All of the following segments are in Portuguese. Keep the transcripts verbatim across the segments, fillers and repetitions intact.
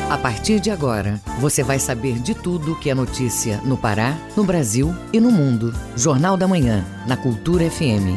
A partir de agora, você vai saber de tudo que é notícia no Pará, no Brasil e no mundo. Jornal da Manhã, na Cultura F M.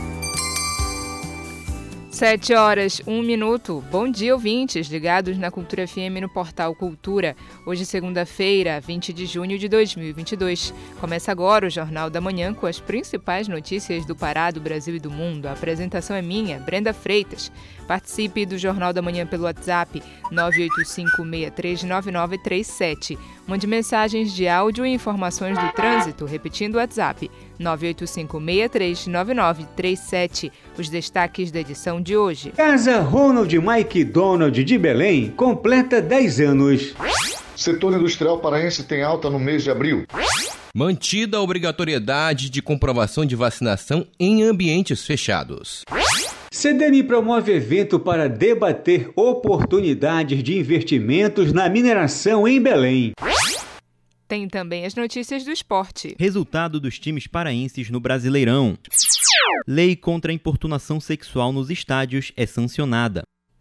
Sete horas, um minuto. Bom dia, ouvintes, ligados na Cultura F M no Portal Cultura. Hoje, segunda-feira, vinte de junho de dois mil e vinte e dois. Começa agora o Jornal da Manhã com as principais notícias do Pará, do Brasil e do mundo. A apresentação é minha, Brenda Freitas. Participe do Jornal da Manhã pelo WhatsApp nove oito cinco, seis três nove nove três sete. Mande mensagens de áudio e informações do trânsito, repetindo o WhatsApp nove oito cinco, seis três nove nove três sete. Os destaques da edição de hoje. Casa Ronald Mike Donald de Belém completa dez anos. Setor industrial paraense tem alta no mês de abril. Mantida a obrigatoriedade de comprovação de vacinação em ambientes fechados. C D M promove evento para debater oportunidades de investimentos na mineração em Belém. Tem também as notícias do esporte. Resultado dos times paraenses no Brasileirão. Lei contra a importunação sexual nos estádios é sancionada.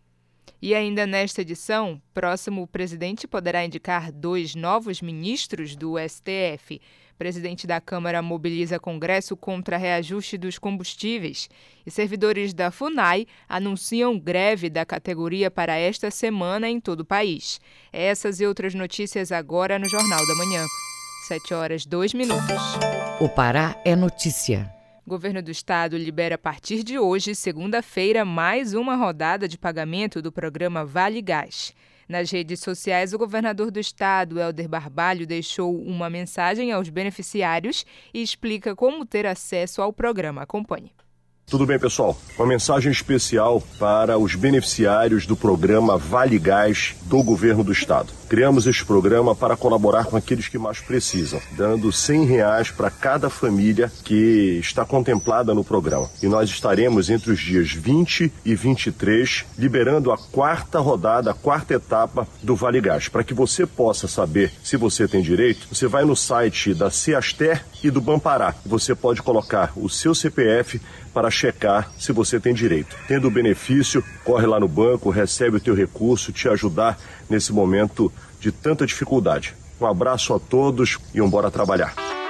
E ainda nesta edição, próximo o presidente poderá indicar dois novos ministros do S T F. Presidente da Câmara mobiliza Congresso contra reajuste dos combustíveis. E servidores da FUNAI anunciam greve da categoria para esta semana em todo o país. Essas e outras notícias agora no Jornal da Manhã. Sete horas, dois minutos. O Pará é notícia. Governo do Estado libera a partir de hoje, segunda-feira, mais uma rodada de pagamento do programa Vale Gás. Nas redes sociais, o governador do estado, Helder Barbalho, deixou uma mensagem aos beneficiários e explica como ter acesso ao programa. Acompanhe. Tudo bem, pessoal? Uma mensagem especial para os beneficiários do programa Vale Gás do Governo do Estado. Criamos este programa para colaborar com aqueles que mais precisam, dando cem reais para cada família que está contemplada no programa. E nós estaremos entre os dias vinte e vinte e três liberando a quarta rodada, a quarta etapa do Vale Gás. Para que você possa saber se você tem direito, você vai no site da Ceaster e do Banpará. Você pode colocar o seu C P F para checar se você tem direito. Tendo o benefício, corre lá no banco, recebe o teu recurso, te ajudar nesse momento de tanta dificuldade. Um abraço a todos e um bora trabalhar.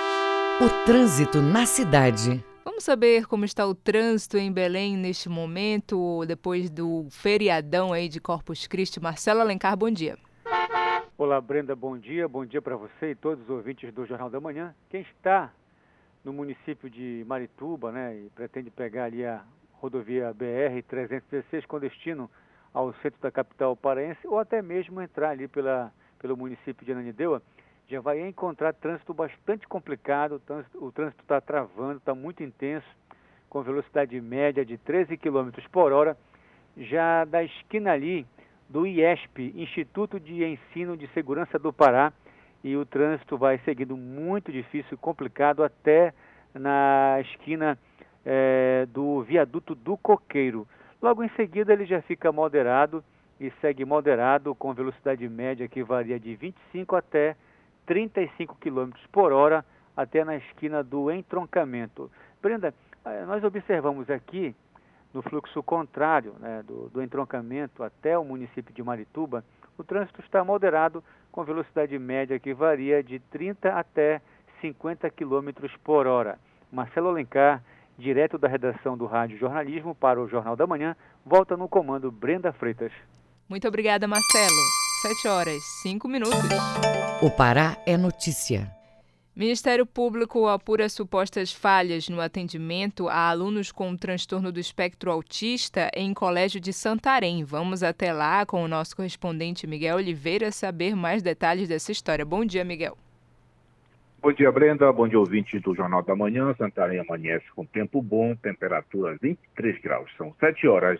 O trânsito na cidade. Vamos saber como está o trânsito em Belém neste momento, depois do feriadão aí de Corpus Christi. Marcelo Alencar, bom dia. Olá, Brenda, bom dia. Bom dia para você e todos os ouvintes do Jornal da Manhã. Quem está no município de Marituba, né, e pretende pegar ali a rodovia B R trezentos e dezesseis com destino ao centro da capital paraense, ou até mesmo entrar ali pela, pelo município de Ananindeua, já vai encontrar trânsito bastante complicado. O trânsito está travando, está muito intenso, com velocidade média de treze quilômetros por hora, já da esquina ali do I E S P, Instituto de Ensino de Segurança do Pará, e o trânsito vai seguindo muito difícil e complicado até na esquina é, do viaduto do Coqueiro. Logo em seguida ele já fica moderado e segue moderado com velocidade média que varia de vinte e cinco até trinta e cinco quilômetros por hora até na esquina do entroncamento. Brenda, nós observamos aqui no fluxo contrário, né, do, do entroncamento até o município de Marituba, o trânsito está moderado com velocidade média que varia de trinta até cinquenta quilômetros por hora. Marcelo Alencar, direto da redação do Rádio Jornalismo para o Jornal da Manhã, volta no comando Brenda Freitas. Muito obrigada, Marcelo. Sete horas, cinco minutos. O Pará é notícia. Ministério Público apura supostas falhas no atendimento a alunos com transtorno do espectro autista em colégio de Santarém. Vamos até lá com o nosso correspondente Miguel Oliveira saber mais detalhes dessa história. Bom dia, Miguel. Bom dia, Brenda. Bom dia, ouvintes do Jornal da Manhã. Santarém amanhece com tempo bom, temperatura vinte e três graus. São sete horas,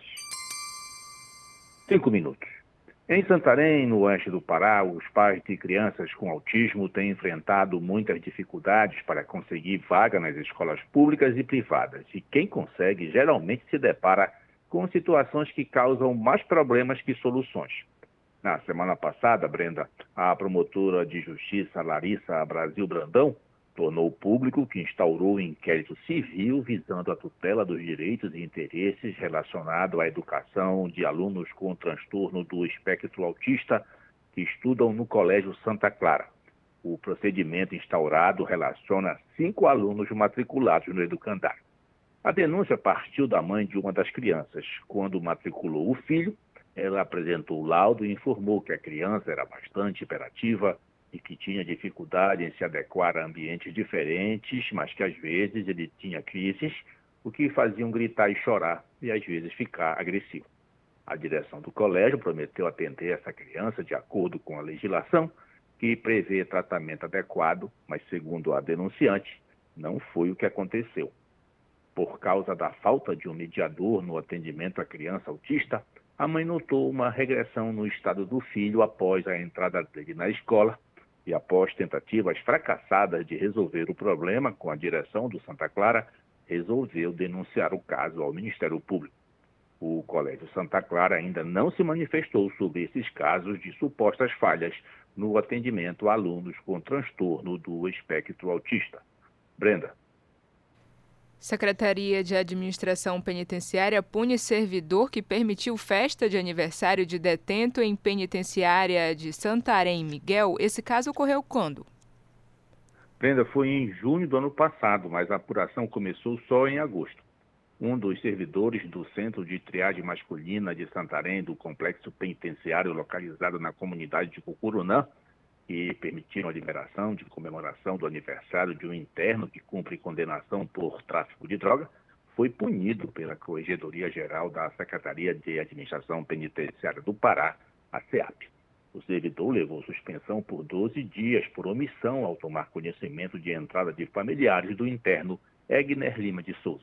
cinco minutos. Em Santarém, no oeste do Pará, os pais de crianças com autismo têm enfrentado muitas dificuldades para conseguir vaga nas escolas públicas e privadas. E quem consegue geralmente se depara com situações que causam mais problemas que soluções. Na semana passada, Brenda, a promotora de justiça Larissa Brasil Brandão tornou público que instaurou um inquérito civil visando a tutela dos direitos e interesses relacionados à educação de alunos com transtorno do espectro autista que estudam no Colégio Santa Clara. O procedimento instaurado relaciona cinco alunos matriculados no educandário. A denúncia partiu da mãe de uma das crianças. Quando matriculou o filho, ela apresentou o laudo e informou que a criança era bastante hiperativa e que tinha dificuldade em se adequar a ambientes diferentes, mas que às vezes ele tinha crises, o que faziam gritar e chorar e às vezes ficar agressivo. A direção do colégio prometeu atender essa criança de acordo com a legislação, que prevê tratamento adequado, mas segundo a denunciante, não foi o que aconteceu. Por causa da falta de um mediador no atendimento à criança autista, a mãe notou uma regressão no estado do filho após a entrada dele na escola e após tentativas fracassadas de resolver o problema com a direção do Santa Clara, resolveu denunciar o caso ao Ministério Público. O Colégio Santa Clara ainda não se manifestou sobre esses casos de supostas falhas no atendimento a alunos com transtorno do espectro autista. Brenda. Secretaria de Administração Penitenciária pune servidor que permitiu festa de aniversário de detento em penitenciária de Santarém. Miguel, esse caso ocorreu quando? Brenda, foi em junho do ano passado, mas a apuração começou só em agosto. Um dos servidores do Centro de Triagem Masculina de Santarém, do complexo penitenciário localizado na comunidade de Cucurunã, que permitiram a liberação de comemoração do aniversário de um interno que cumpre condenação por tráfico de droga, foi punido pela Corregedoria Geral da Secretaria de Administração Penitenciária do Pará, a SEAP. O servidor levou suspensão por doze dias por omissão ao tomar conhecimento de entrada de familiares do interno Egner Lima de Souza.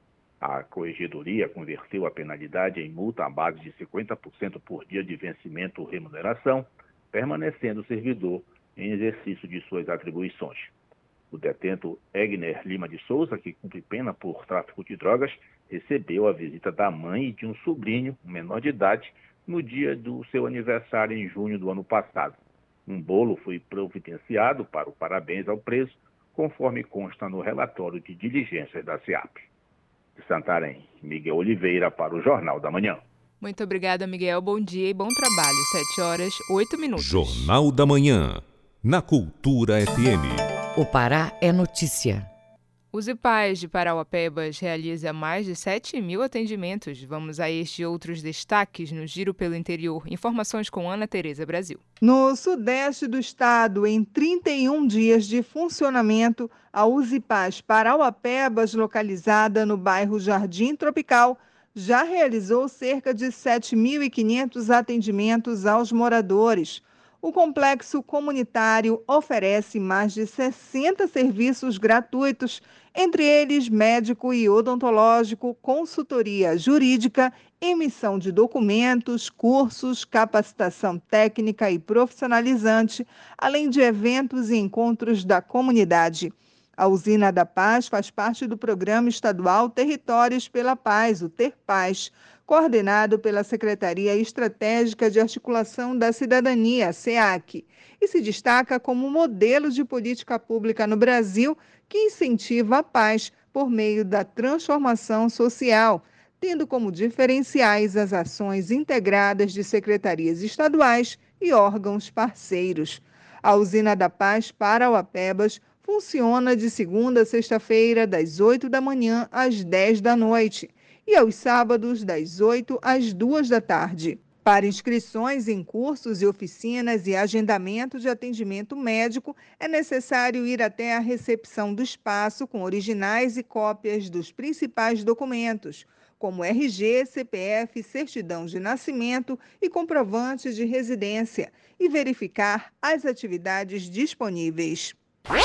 A Corregedoria converteu a penalidade em multa à base de cinquenta por cento por dia de vencimento ou remuneração, permanecendo o servidor em exercício de suas atribuições. O detento Egner Lima de Souza, que cumpre pena por tráfico de drogas, recebeu a visita da mãe e de um sobrinho, um menor de idade, no dia do seu aniversário em junho do ano passado. Um bolo foi providenciado para o parabéns ao preso, conforme consta no relatório de diligências da SEAP. De Santarém, Miguel Oliveira para o Jornal da Manhã. Muito obrigada, Miguel. Bom dia e bom trabalho. sete horas, oito minutos. Jornal da Manhã, na Cultura F M. O Pará é notícia. Os I P A S de Parauapebas realiza mais de sete mil atendimentos. Vamos a este e outros destaques no Giro pelo Interior. Informações com Ana Tereza Brasil. No sudeste do estado, em trinta e um dias de funcionamento, a U S I P A S Parauapebas, localizada no bairro Jardim Tropical, já realizou cerca de sete mil e quinhentos atendimentos aos moradores. O complexo comunitário oferece mais de sessenta serviços gratuitos, entre eles médico e odontológico, consultoria jurídica, emissão de documentos, cursos, capacitação técnica e profissionalizante, além de eventos e encontros da comunidade. A Usina da Paz faz parte do Programa Estadual Territórios pela Paz, o TERPAZ, coordenado pela Secretaria Estratégica de Articulação da Cidadania, SEAC, e se destaca como modelo de política pública no Brasil que incentiva a paz por meio da transformação social, tendo como diferenciais as ações integradas de secretarias estaduais e órgãos parceiros. A Usina da Paz Parauapebas funciona de segunda a sexta-feira, das oito da manhã às dez da noite, e aos sábados, das oito às duas da tarde. Para inscrições em cursos e oficinas e agendamento de atendimento médico, é necessário ir até a recepção do espaço com originais e cópias dos principais documentos, como R G, C P F, certidão de nascimento e comprovante de residência, e verificar as atividades disponíveis.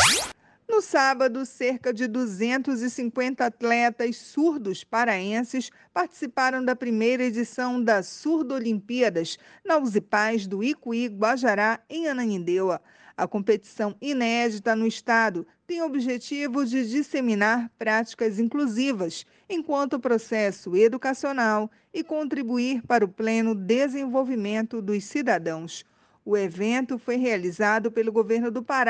No sábado, cerca de duzentos e cinquenta atletas surdos paraenses participaram da primeira edição da Surdo-Olimpíadas na U S I P A S do Icuí, Guajará, em Ananindeua. A competição inédita no estado tem o objetivo de disseminar práticas inclusivas enquanto processo educacional e contribuir para o pleno desenvolvimento dos cidadãos. O evento foi realizado pelo governo do Pará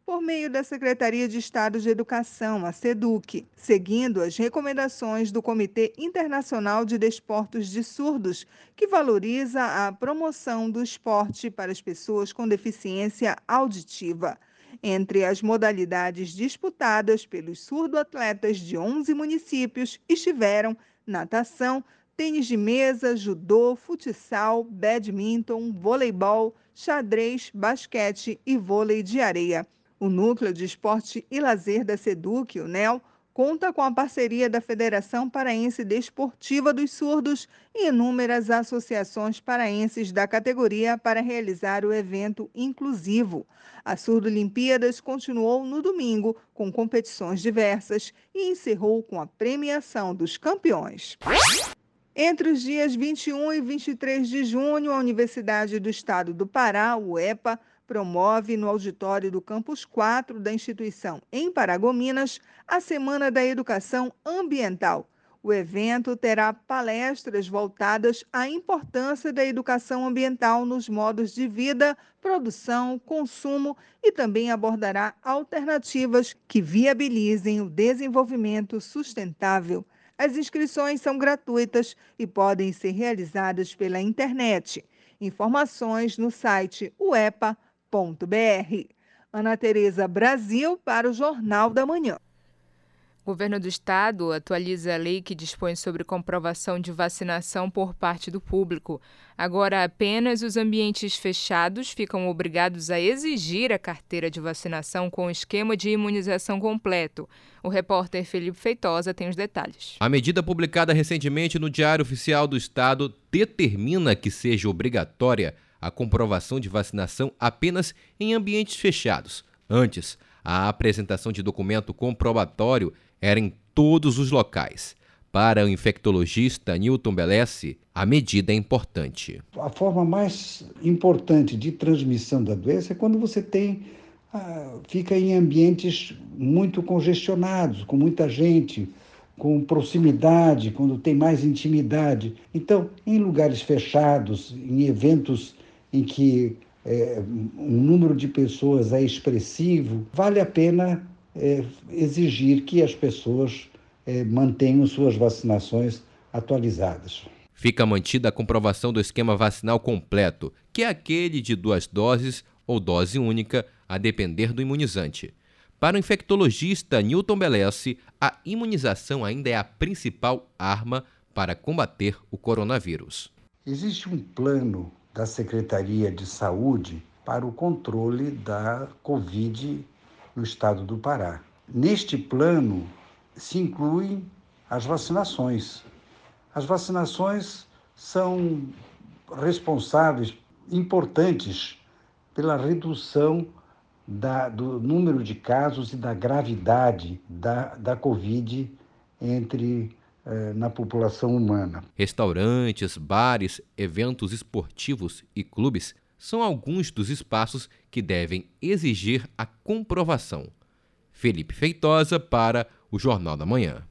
por meio da Secretaria de Estado de Educação, a SEDUC, seguindo as recomendações do Comitê Internacional de Desportos de Surdos, que valoriza a promoção do esporte para as pessoas com deficiência auditiva. Entre as modalidades disputadas pelos surdo-atletas de onze municípios estiveram natação, tênis de mesa, judô, futsal, badminton, voleibol, xadrez, basquete e vôlei de areia. O Núcleo de Esporte e Lazer da SEDUC, o N E L, conta com a parceria da Federação Paraense Desportiva dos Surdos e inúmeras associações paraenses da categoria para realizar o evento inclusivo. A Surdo-Olimpíadas continuou no domingo com competições diversas e encerrou com a premiação dos campeões. Entre os dias vinte e um e vinte e três de junho, a Universidade do Estado do Pará, U E P A, promove no auditório do Campus quatro da instituição em Paragominas a Semana da Educação Ambiental. O evento terá palestras voltadas à importância da educação ambiental nos modos de vida, produção, consumo e também abordará alternativas que viabilizem o desenvolvimento sustentável. As inscrições são gratuitas e podem ser realizadas pela internet. Informações no site u e p a ponto b r. Ana Tereza Brasil para o Jornal da Manhã. O governo do estado atualiza a lei que dispõe sobre comprovação de vacinação por parte do público. Agora, apenas os ambientes fechados ficam obrigados a exigir a carteira de vacinação com esquema de imunização completo. O repórter Felipe Feitosa tem os detalhes. A medida publicada recentemente no Diário Oficial do Estado determina que seja obrigatória a comprovação de vacinação apenas em ambientes fechados. Antes, a apresentação de documento comprobatório era em todos os locais. Para o infectologista Newton Belessi, a medida é importante. A forma mais importante de transmissão da doença é quando você tem, ah, fica em ambientes muito congestionados, com muita gente, com proximidade, quando tem mais intimidade. Então, em lugares fechados, em eventos em que é, um número de pessoas é expressivo, vale a pena é, exigir que as pessoas é, mantenham suas vacinações atualizadas. Fica mantida a comprovação do esquema vacinal completo, que é aquele de duas doses ou dose única, a depender do imunizante. Para o infectologista Newton Belessi, a imunização ainda é a principal arma para combater o coronavírus. Existe um plano da Secretaria de Saúde para o controle da Covid no estado do Pará. Neste plano se incluem as vacinações. As vacinações são responsáveis, importantes, pela redução da, do número de casos e da gravidade da, da Covid entre na população humana. Restaurantes, bares, eventos esportivos e clubes são alguns dos espaços que devem exigir a comprovação. Felipe Feitosa para o Jornal da Manhã.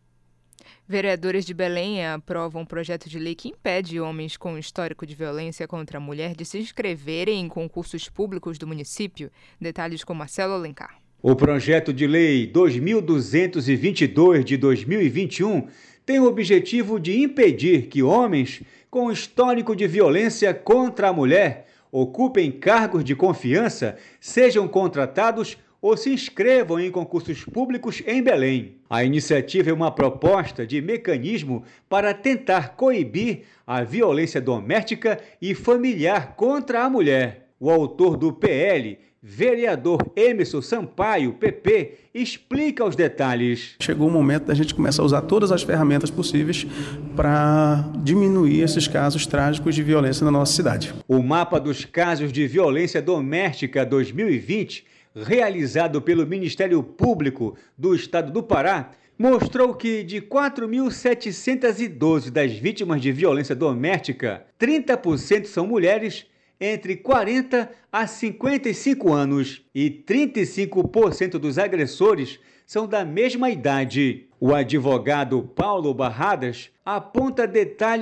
Vereadores de Belém aprovam um projeto de lei que impede homens com histórico de violência contra a mulher de se inscreverem em concursos públicos do município. Detalhes com Marcelo Alencar. O projeto de lei dois mil duzentos e vinte e dois de dois mil e vinte e um tem o objetivo de impedir que homens com histórico de violência contra a mulher ocupem cargos de confiança, sejam contratados ou se inscrevam em concursos públicos em Belém. A iniciativa é uma proposta de mecanismo para tentar coibir a violência doméstica e familiar contra a mulher. O autor do P L, vereador Emerson Sampaio, P P, explica os detalhes. Chegou o momento da gente começar a usar todas as ferramentas possíveis para diminuir esses casos trágicos de violência na nossa cidade. O mapa dos casos de violência doméstica dois mil e vinte, realizado pelo Ministério Público do Estado do Pará, mostrou que de quatro mil setecentos e doze das vítimas de violência doméstica, trinta por cento são mulheres entre quarenta a cinquenta e cinco anos e trinta e cinco por cento dos agressores são da mesma idade. O advogado Paulo Barradas aponta detalhes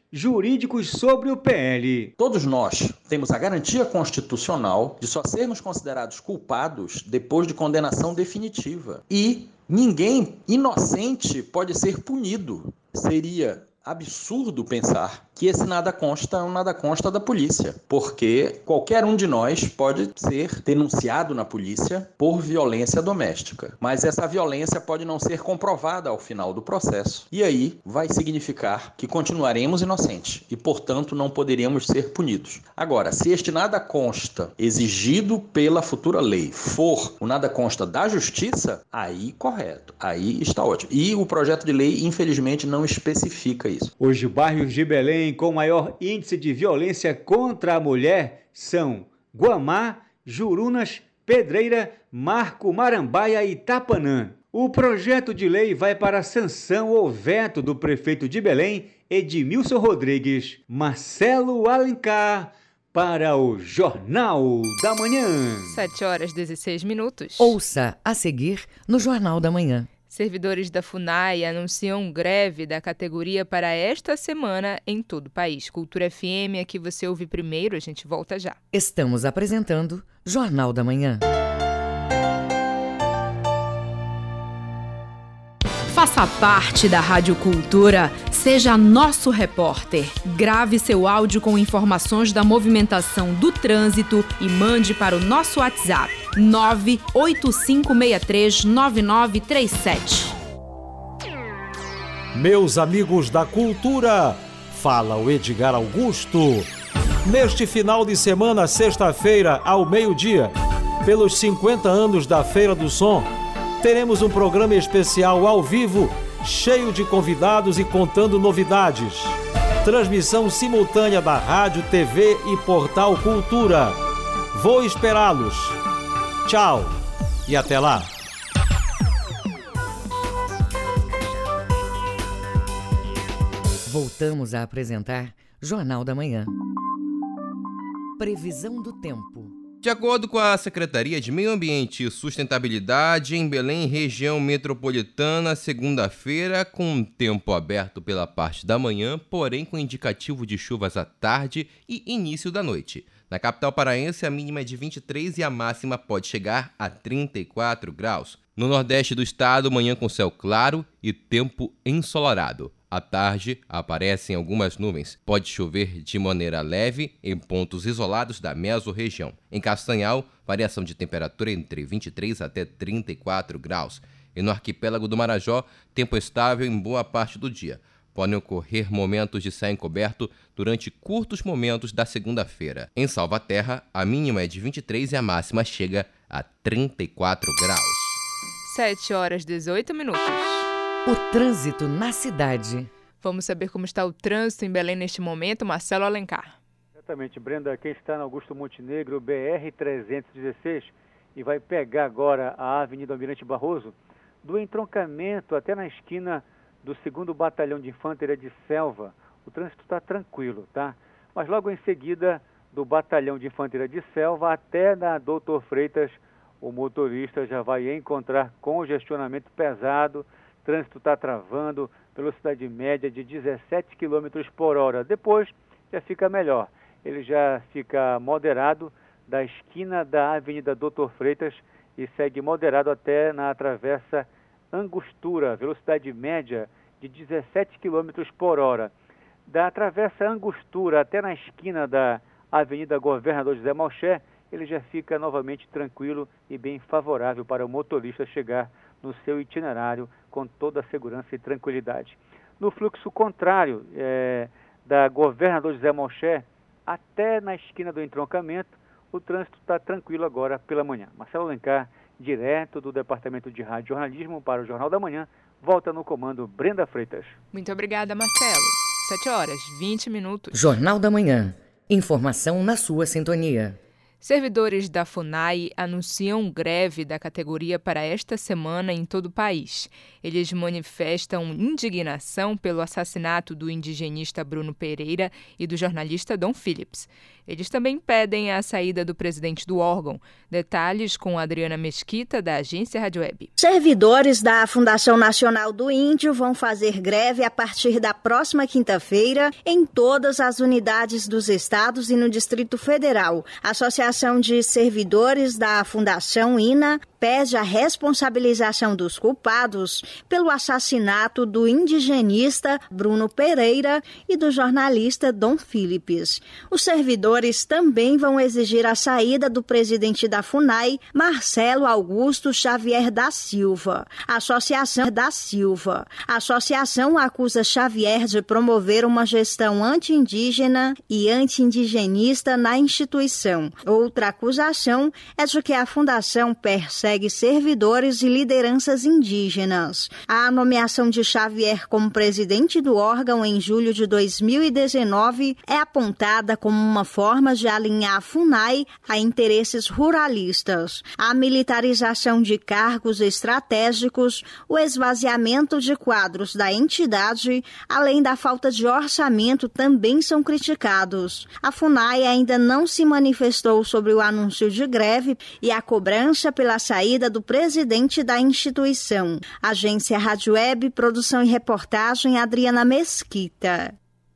jurídicos sobre o P L. Todos nós temos a garantia constitucional de só sermos considerados culpados depois de condenação definitiva. E ninguém inocente pode ser punido. Seria absurdo pensar que esse nada consta é um nada consta da polícia, porque qualquer um de nós pode ser denunciado na polícia por violência doméstica, mas essa violência pode não ser comprovada ao final do processo, e aí vai significar que continuaremos inocentes e, portanto, não poderíamos ser punidos. Agora, se este nada consta exigido pela futura lei for o nada consta da justiça, aí correto, aí está ótimo. E o projeto de lei, infelizmente, não especifica isso. Os bairros de Belém com maior índice de violência contra a mulher são Guamá, Jurunas, Pedreira, Marco, Marambaia e Itapanã. O projeto de lei vai para a sanção ou veto do prefeito de Belém, Edmilson Rodrigues. Marcelo Alencar, para o Jornal da Manhã. sete horas e dezesseis minutos. Ouça a seguir no Jornal da Manhã. Servidores da FUNAI anunciam greve da categoria para esta semana em todo o país. Cultura F M, aqui você ouve primeiro, a gente volta já. Estamos apresentando Jornal da Manhã. Faça parte da Rádio Cultura, seja nosso repórter. Grave seu áudio com informações da movimentação do trânsito e mande para o nosso WhatsApp nove oito cinco seis três nove nove três sete. Meus amigos da cultura, fala o Edgar Augusto. Neste final de semana, sexta-feira, ao meio-dia, pelos cinquenta anos da Feira do Som, teremos um programa especial ao vivo, cheio de convidados e contando novidades. Transmissão simultânea da Rádio, T V e Portal Cultura. Vou esperá-los. Tchau e até lá. Voltamos a apresentar Jornal da Manhã. Previsão do tempo. De acordo com a Secretaria de Meio Ambiente e Sustentabilidade, em Belém, região metropolitana, segunda-feira, com tempo aberto pela parte da manhã, porém com indicativo de chuvas à tarde e início da noite. Na capital paraense, a mínima é de vinte e três e a máxima pode chegar a trinta e quatro graus. No nordeste do estado, manhã com céu claro e tempo ensolarado. À tarde, aparecem algumas nuvens. Pode chover de maneira leve em pontos isolados da mesorregião. Em Castanhal, variação de temperatura entre vinte e três até trinta e quatro graus. E no arquipélago do Marajó, tempo estável em boa parte do dia. Podem ocorrer momentos de céu encoberto durante curtos momentos da segunda-feira. Em Salvaterra, a mínima é de vinte e três e a máxima chega a trinta e quatro graus. sete horas e dezoito minutos. O trânsito na cidade. Vamos saber como está o trânsito em Belém neste momento, Marcelo Alencar. Exatamente, Brenda, quem está na Augusto Montenegro, B R trezentos e dezesseis, e vai pegar agora a Avenida Almirante Barroso, do entroncamento até na esquina do segundo Batalhão de Infantaria de Selva. O trânsito está tranquilo, tá? Mas logo em seguida, do Batalhão de Infantaria de Selva até na Doutor Freitas, o motorista já vai encontrar congestionamento pesado. O trânsito está travando, velocidade média de dezessete quilômetros por hora. Depois já fica melhor. Ele já fica moderado da esquina da Avenida Doutor Freitas e segue moderado até na Travessa Angostura, velocidade média de dezessete quilômetros por hora. Da Travessa Angostura até na esquina da Avenida Governador José Malcher, ele já fica novamente tranquilo e bem favorável para o motorista chegar no seu itinerário com toda a segurança e tranquilidade. No fluxo contrário, é, da Governador José Malcher até na esquina do entroncamento, o trânsito está tranquilo agora pela manhã. Marcelo Alencar, direto do Departamento de Rádio e Jornalismo para o Jornal da Manhã, volta no comando Brenda Freitas. Muito obrigada, Marcelo. sete horas e vinte minutos. Jornal da Manhã. Informação na sua sintonia. Servidores da FUNAI anunciam greve da categoria para esta semana em todo o país. Eles manifestam indignação pelo assassinato do indigenista Bruno Pereira e do jornalista Dom Phillips. Eles também pedem a saída do presidente do órgão. Detalhes com Adriana Mesquita, da agência Rádio Web. Servidores da Fundação Nacional do Índio vão fazer greve a partir da próxima quinta-feira em todas as unidades dos estados e no Distrito Federal. A Associação de Servidores da Fundação I N A pede a responsabilização dos culpados pelo assassinato do indigenista Bruno Pereira e do jornalista Dom Phillips. Os servidores também vão exigir a saída do presidente da FUNAI, Marcelo Augusto Xavier da Silva. A Associação da Silva. A associação acusa Xavier de promover uma gestão anti-indígena e anti-indigenista na instituição. Outra acusação é de que a fundação persegue segue servidores e lideranças indígenas. A nomeação de Xavier como presidente do órgão em julho de dois mil e dezenove é apontada como uma forma de alinhar a FUNAI a interesses ruralistas. A militarização de cargos estratégicos, o esvaziamento de quadros da entidade, além da falta de orçamento, também são criticados. A FUNAI ainda não se manifestou sobre o anúncio de greve e a cobrança pela saída do presidente da instituição. Agência Rádio Web, produção e reportagem Adriana Mesquita.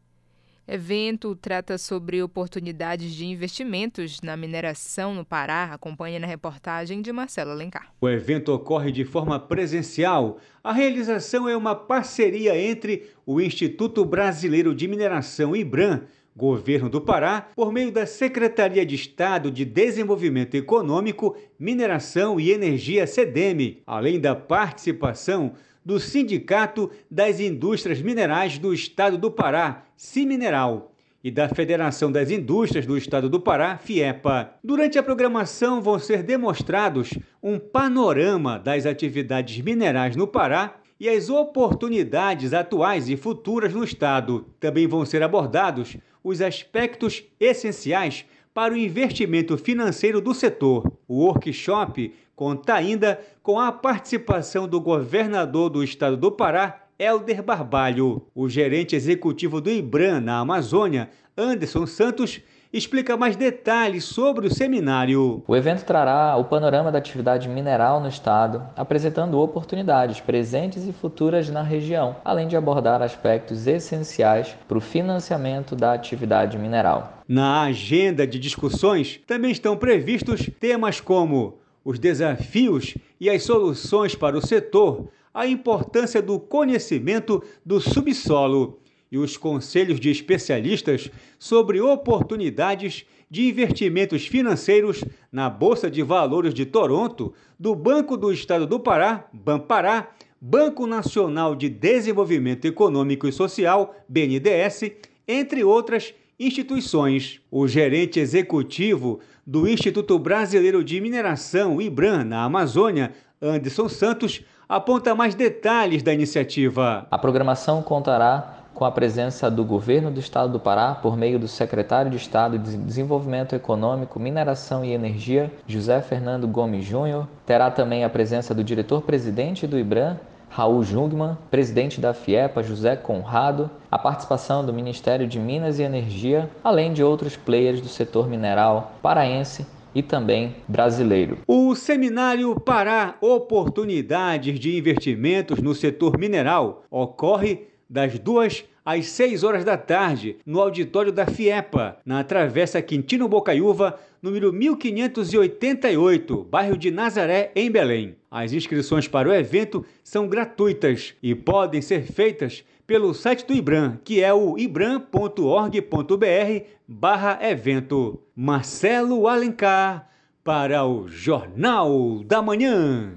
Evento trata sobre oportunidades de investimentos na mineração no Pará. Acompanhe na reportagem de Marcelo Alencar. O evento ocorre de forma presencial. A realização é uma parceria entre o Instituto Brasileiro de Mineração, IBRAM, Governo do Pará, por meio da Secretaria de Estado de Desenvolvimento Econômico, Mineração e Energia, SEDEMI, além da participação do Sindicato das Indústrias Minerais do Estado do Pará, Simineral, e da Federação das Indústrias do Estado do Pará, FIEPA. Durante a programação vão ser demonstrados um panorama das atividades minerais no Pará e as oportunidades atuais e futuras no Estado. Também vão ser abordados os aspectos essenciais para o investimento financeiro do setor. O workshop conta ainda com a participação do governador do Estado do Pará, Helder Barbalho. O gerente executivo do IBRAM na Amazônia, Anderson Santos, explica mais detalhes sobre o seminário. O evento trará o panorama da atividade mineral no estado, apresentando oportunidades presentes e futuras na região, além de abordar aspectos essenciais para o financiamento da atividade mineral. Na agenda de discussões também estão previstos temas como os desafios e as soluções para o setor, a importância do conhecimento do subsolo e os conselhos de especialistas sobre oportunidades de investimentos financeiros na Bolsa de Valores de Toronto, do Banco do Estado do Pará, Banpará, Banco Nacional de Desenvolvimento Econômico e Social, B N D E S, entre outras instituições. O gerente executivo do Instituto Brasileiro de Mineração, IBRAM, na Amazônia, Anderson Santos, aponta mais detalhes da iniciativa. A programação contará com a presença do Governo do Estado do Pará, por meio do Secretário de Estado de Desenvolvimento Econômico, Mineração e Energia, José Fernando Gomes Júnior. Terá também a presença do diretor-presidente do IBRAM, Raul Jungmann, presidente da FIEPA, José Conrado, a participação do Ministério de Minas e Energia, além de outros players do setor mineral paraense e também brasileiro. O seminário Pará Oportunidades de Investimentos no Setor Mineral ocorre das duas às seis horas da tarde, no auditório da FIEPA, na Travessa Quintino Bocaiúva, número mil quinhentos e oitenta e oito, bairro de Nazaré, em Belém. As inscrições para o evento são gratuitas e podem ser feitas pelo site do IBRAM, que é o ibram ponto org ponto br barra evento. Marcelo Alencar, para o Jornal da Manhã.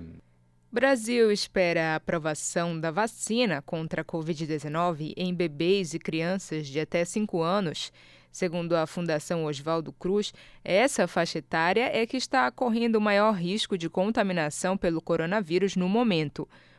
Brasil espera a aprovação da vacina contra a covid dezenove em bebês e crianças de até cinco anos. Segundo a Fundação Oswaldo Cruz, essa faixa etária é que está correndo o maior risco de contaminação pelo coronavírus no momento.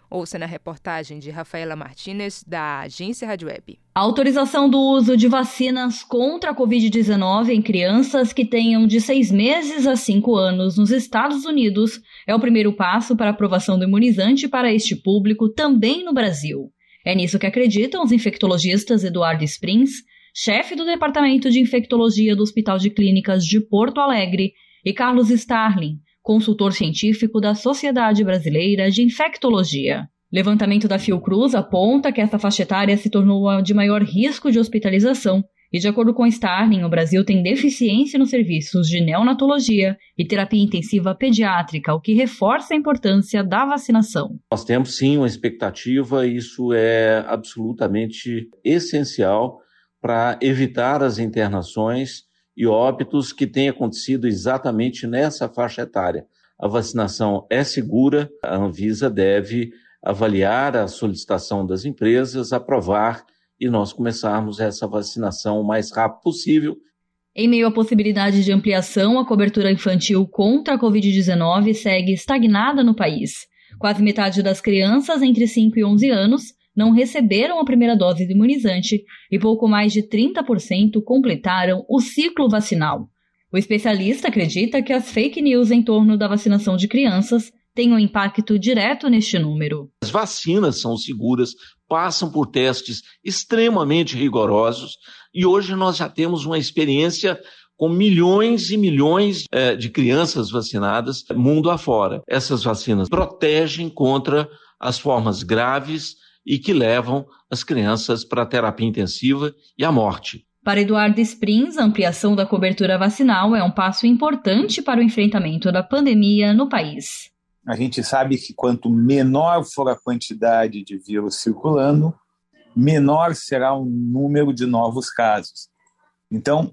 Ouça na reportagem de Rafaela Martínez, da Agência Rádio Web. A autorização do uso de vacinas contra a covid dezenove em crianças que tenham de seis meses a cinco anos nos Estados Unidos é o primeiro passo para a aprovação do imunizante para este público também no Brasil. É nisso que acreditam os infectologistas Eduardo Sprins, chefe do Departamento de Infectologia do Hospital de Clínicas de Porto Alegre, e Carlos Starling, consultor científico da Sociedade Brasileira de Infectologia. Levantamento da Fiocruz aponta que essa faixa etária se tornou a de maior risco de hospitalização e, de acordo com Starling, o Brasil tem deficiência nos serviços de neonatologia e terapia intensiva pediátrica, o que reforça a importância da vacinação. Nós temos sim uma expectativa, isso é absolutamente essencial para evitar as internações e óbitos que têm acontecido exatamente nessa faixa etária. A vacinação é segura, a Anvisa deve avaliar a solicitação das empresas, aprovar e nós começarmos essa vacinação o mais rápido possível. Em meio à possibilidade de ampliação, a cobertura infantil contra a covid dezenove segue estagnada no país. Quase metade das crianças entre cinco e onze anos não receberam a primeira dose do imunizante e pouco mais de trinta por cento completaram o ciclo vacinal. O especialista acredita que as fake news em torno da vacinação de crianças têm um impacto direto neste número. As vacinas são seguras, passam por testes extremamente rigorosos e hoje nós já temos uma experiência com milhões e milhões é, de crianças vacinadas mundo afora. Essas vacinas protegem contra as formas graves e que levam as crianças para a terapia intensiva e à morte. Para Eduardo Sprins, a ampliação da cobertura vacinal é um passo importante para o enfrentamento da pandemia no país. A gente sabe que quanto menor for a quantidade de vírus circulando, menor será o número de novos casos. Então,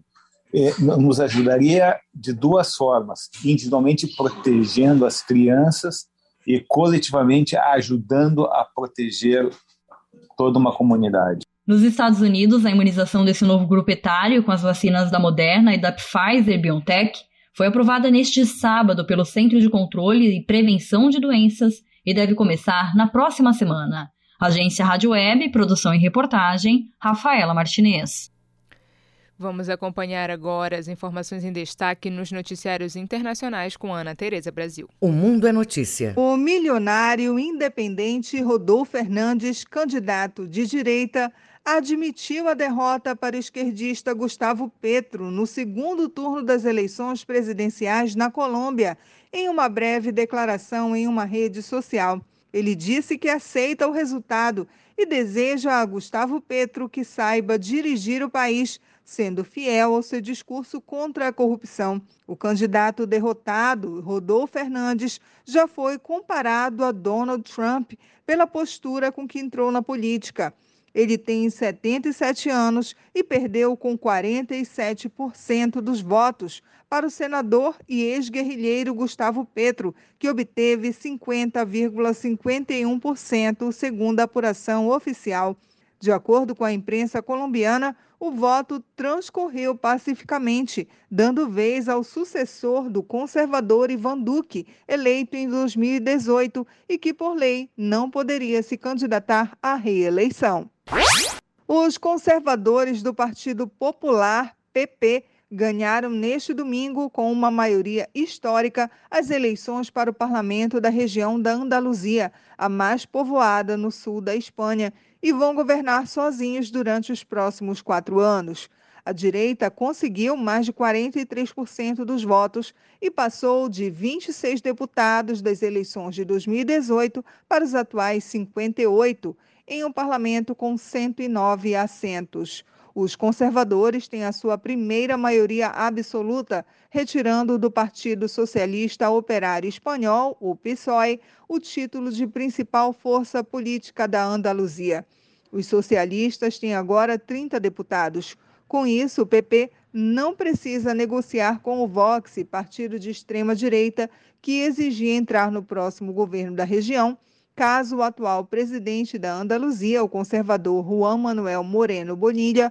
nos ajudaria de duas formas, individualmente protegendo as crianças e coletivamente ajudando a proteger toda uma comunidade. Nos Estados Unidos, a imunização desse novo grupo etário com as vacinas da Moderna e da Pfizer-BioNTech foi aprovada neste sábado pelo Centro de Controle e Prevenção de Doenças e deve começar na próxima semana. Agência Rádio Web, produção e reportagem, Rafaela Martinez. Vamos acompanhar agora as informações em destaque nos noticiários internacionais com Ana Tereza Brasil. O Mundo é Notícia. O milionário independente Rodolfo Fernandes, candidato de direita, admitiu a derrota para o esquerdista Gustavo Petro no segundo turno das eleições presidenciais na Colômbia, em uma breve declaração em uma rede social. Ele disse que aceita o resultado e deseja a Gustavo Petro que saiba dirigir o país, sendo fiel ao seu discurso contra a corrupção. O candidato derrotado, Rodolfo Fernandes, já foi comparado a Donald Trump pela postura com que entrou na política. Ele tem setenta e sete anos e perdeu com quarenta e sete por cento dos votos para o senador e ex-guerrilheiro Gustavo Petro, que obteve cinquenta vírgula cinquenta e um por cento, segundo a apuração oficial. De acordo com a imprensa colombiana, o voto transcorreu pacificamente, dando vez ao sucessor do conservador Iván Duque, eleito em dois mil e dezoito e que, por lei, não poderia se candidatar à reeleição. Os conservadores do Partido Popular, P P, ganharam neste domingo, com uma maioria histórica, as eleições para o parlamento da região da Andaluzia, a mais povoada no sul da Espanha, e vão governar sozinhos durante os próximos quatro anos. A direita conseguiu mais de quarenta e três por cento dos votos e passou de vinte e seis deputados das eleições de dois mil e dezoito para os atuais cinquenta e oito, em um parlamento com cento e nove assentos. Os conservadores têm a sua primeira maioria absoluta, retirando do Partido Socialista Operário Espanhol, o P S O E, o título de principal força política da Andaluzia. Os socialistas têm agora trinta deputados. Com isso, o P P não precisa negociar com o Vox, partido de extrema-direita, que exigia entrar no próximo governo da região, caso o atual presidente da Andaluzia, o conservador Juan Manuel Moreno Bonilla,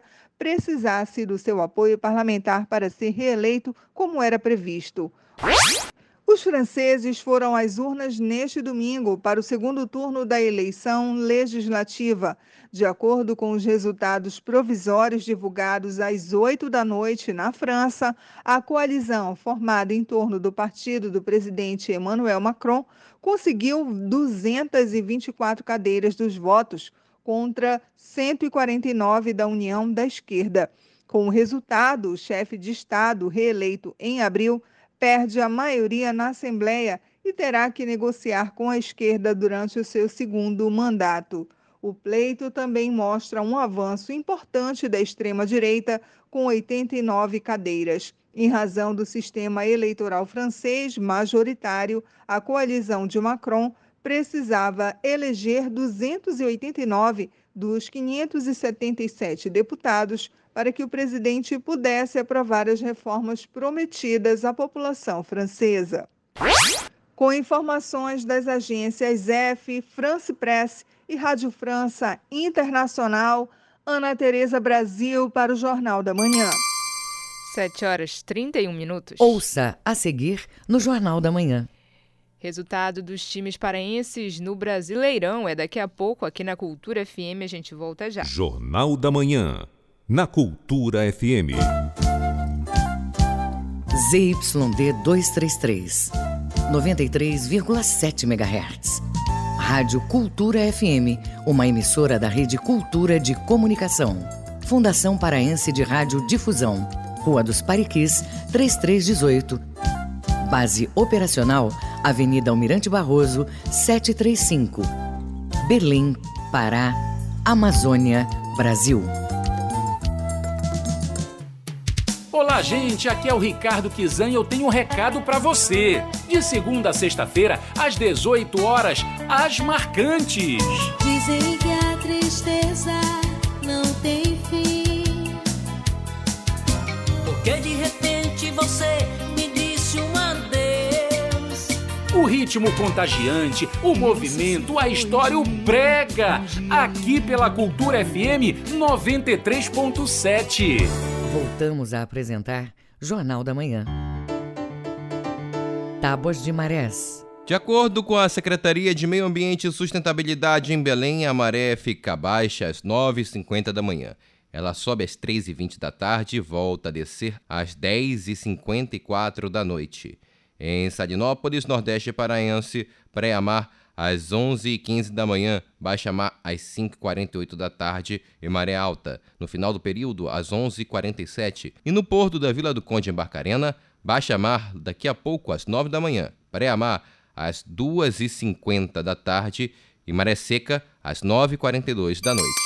precisasse do seu apoio parlamentar para ser reeleito, como era previsto. Os franceses foram às urnas neste domingo para o segundo turno da eleição legislativa. De acordo com os resultados provisórios divulgados às oito da noite na França, a coalizão formada em torno do partido do presidente Emmanuel Macron conseguiu duzentas e vinte e quatro cadeiras dos votos, contra cento e quarenta e nove da União da Esquerda. Com o resultado, o chefe de Estado, reeleito em abril, perde a maioria na Assembleia e terá que negociar com a esquerda durante o seu segundo mandato. O pleito também mostra um avanço importante da extrema-direita, com oitenta e nove cadeiras. Em razão do sistema eleitoral francês majoritário, a coalizão de Macron precisava eleger duzentos e oitenta e nove dos quinhentos e setenta e sete deputados para que o presidente pudesse aprovar as reformas prometidas à população francesa. Com informações das agências F, France Presse e Rádio França Internacional, Ana Tereza Brasil para o Jornal da Manhã. sete horas e trinta e um minutos. Ouça a seguir no Jornal da Manhã. Resultado dos times paraenses no Brasileirão é daqui a pouco aqui na Cultura F M. A gente volta já. Jornal da Manhã, na Cultura F M. Z Y D duzentos e trinta e três, noventa e três vírgula sete megahertz. Rádio Cultura F M, uma emissora da Rede Cultura de Comunicação. Fundação Paraense de Rádio Difusão. Rua dos Pariquis, trinta e três dezoito. Base operacional, Avenida Almirante Barroso, setecentos e trinta e cinco. Belém, Pará, Amazônia, Brasil. Olá, gente, aqui é o Ricardo Kizan e eu tenho um recado pra você. De segunda a sexta-feira, às dezoito horas, As Marcantes. Dizem que a tristeza não tem fim, porque de repente você me disse um adeus. O ritmo contagiante, o movimento, a história, o brega. Aqui pela Cultura F M noventa e três ponto sete. Voltamos a apresentar Jornal da Manhã. Tábuas de marés. De acordo com a Secretaria de Meio Ambiente e Sustentabilidade em Belém, a maré fica baixa às nove e cinquenta da manhã. Ela sobe às três e vinte da tarde e volta a descer às dez e cinquenta e quatro da noite. Em Salinópolis, Nordeste Paraense, pré-mar às onze e quinze da manhã, baixa-mar às cinco e quarenta e oito da tarde e maré alta, no final do período, às onze e quarenta e sete. E no porto da Vila do Conde, em Barcarena, baixa-mar daqui a pouco, às nove da manhã, pré-mar às duas e cinquenta da tarde e maré seca às nove e quarenta e dois da noite.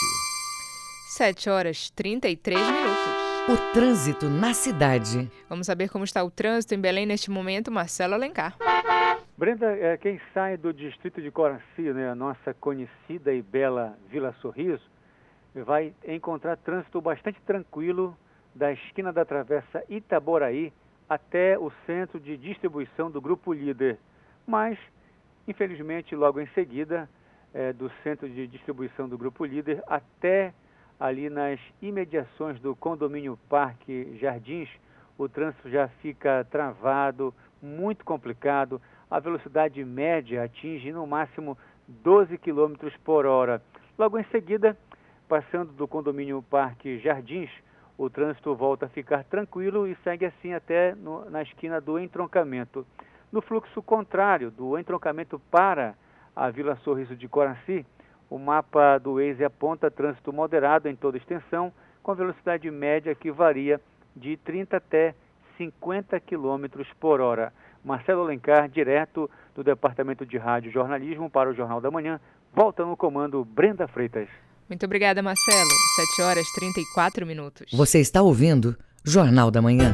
sete horas e trinta e três minutos. O trânsito na cidade. Vamos saber como está o trânsito em Belém neste momento, Marcelo Alencar. Brenda, é, quem sai do distrito de Coraci, né, a nossa conhecida e bela Vila Sorriso, vai encontrar trânsito bastante tranquilo da esquina da Travessa Itaboraí até o centro de distribuição do Grupo Líder. Mas, infelizmente, logo em seguida, é, do centro de distribuição do Grupo Líder até ali nas imediações do condomínio Parque Jardins, o trânsito já fica travado, muito complicado. A velocidade média atinge no máximo doze quilômetros por hora. Logo em seguida, passando do condomínio Parque Jardins, o trânsito volta a ficar tranquilo e segue assim até no, na esquina do entroncamento. No fluxo contrário do entroncamento para a Vila Sorriso de Coraci, o mapa do Waze aponta trânsito moderado em toda extensão, com velocidade média que varia de trinta até cinquenta quilômetros por hora. Marcelo Alencar, direto do Departamento de Rádio e Jornalismo para o Jornal da Manhã, volta no comando Brenda Freitas. Muito obrigada, Marcelo. sete horas e trinta e quatro minutos. Você está ouvindo Jornal da Manhã.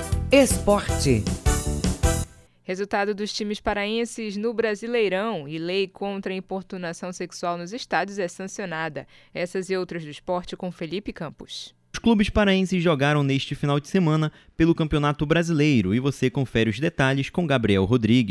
Esporte. Resultado dos times paraenses no Brasileirão e lei contra a importunação sexual nos estádios é sancionada. Essas e outras do esporte com Felipe Campos. Os clubes paraenses jogaram neste final de semana pelo Campeonato Brasileiro e você confere os detalhes com Gabriel Rodrigues.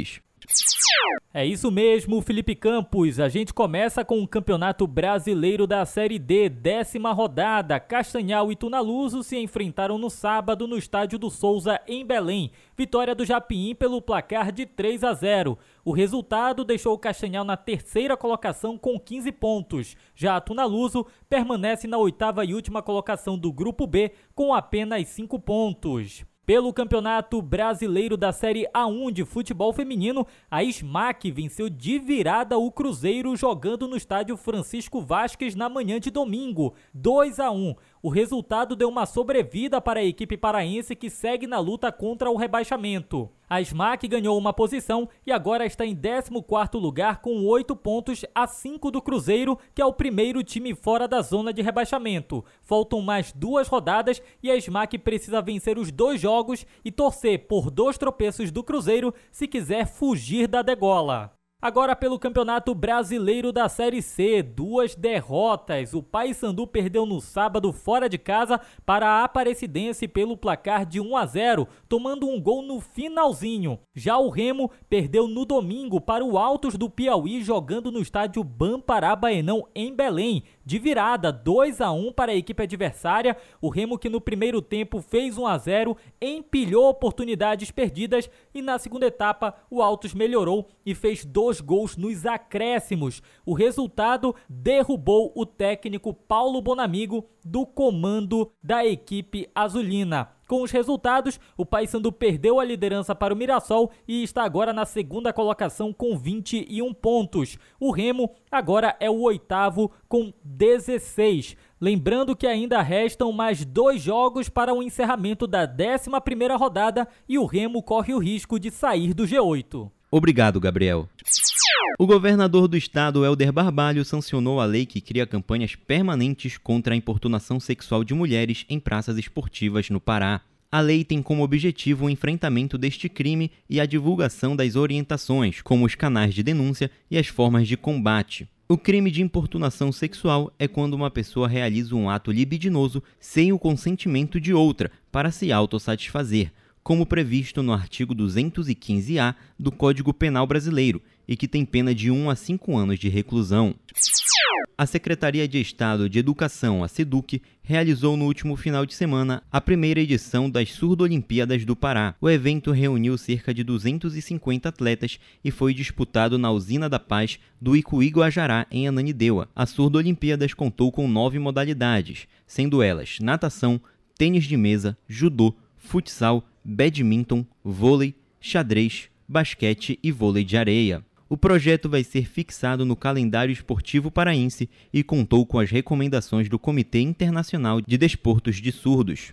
É isso mesmo, Felipe Campos. A gente começa com o Campeonato Brasileiro da Série D, décima rodada. Castanhal e Tunaluso se enfrentaram no sábado no Estádio do Souza, em Belém. Vitória do Japim pelo placar de três a zero. O resultado deixou o Castanhal na terceira colocação com quinze pontos. Já a Tunaluso permanece na oitava e última colocação do Grupo B com apenas cinco pontos. Pelo Campeonato Brasileiro da Série A um de futebol feminino, a Smack venceu de virada o Cruzeiro jogando no estádio Francisco Vasques na manhã de domingo, dois a um. O resultado deu uma sobrevida para a equipe paraense que segue na luta contra o rebaixamento. A Smack ganhou uma posição e agora está em décimo quarto lugar com oito pontos a cinco do Cruzeiro, que é o primeiro time fora da zona de rebaixamento. Faltam mais duas rodadas e a Smack precisa vencer os dois jogos e torcer por dois tropeços do Cruzeiro se quiser fugir da degola. Agora pelo Campeonato Brasileiro da Série C, duas derrotas. O Paysandu perdeu no sábado fora de casa para a Aparecidense pelo placar de um a zero, tomando um gol no finalzinho. Já o Remo perdeu no domingo para o Altos do Piauí jogando no estádio Bamparabaenão em Belém. De virada, dois a um para a equipe adversária. O Remo, que no primeiro tempo fez um a zero, empilhou oportunidades perdidas e na segunda etapa o Altos melhorou e fez dois gols nos acréscimos. O resultado derrubou o técnico Paulo Bonamigo do comando da equipe azulina. Com os resultados, o Paysandu perdeu a liderança para o Mirassol e está agora na segunda colocação com vinte e um pontos. O Remo agora é o oitavo com dezesseis. Lembrando que ainda restam mais dois jogos para o encerramento da décima primeira rodada e o Remo corre o risco de sair do G oito. Obrigado, Gabriel. O governador do estado, Helder Barbalho, sancionou a lei que cria campanhas permanentes contra a importunação sexual de mulheres em praças esportivas no Pará. A lei tem como objetivo o enfrentamento deste crime e a divulgação das orientações, como os canais de denúncia e as formas de combate. O crime de importunação sexual é quando uma pessoa realiza um ato libidinoso sem o consentimento de outra para se autossatisfazer, como previsto no artigo duzentos e quinze A do Código Penal Brasileiro, e que tem pena de um a cinco anos de reclusão. A Secretaria de Estado de Educação, a SEDUC, realizou no último final de semana a primeira edição das Surdo-Olimpíadas do Pará. O evento reuniu cerca de duzentos e cinquenta atletas e foi disputado na Usina da Paz do Icuí-Guajará, em Ananindeua. A Surdo-Olimpíadas contou com nove modalidades, sendo elas natação, tênis de mesa, judô, futsal, badminton, vôlei, xadrez, basquete e vôlei de areia. O projeto vai ser fixado no calendário esportivo paraense e contou com as recomendações do Comitê Internacional de Desportos de Surdos.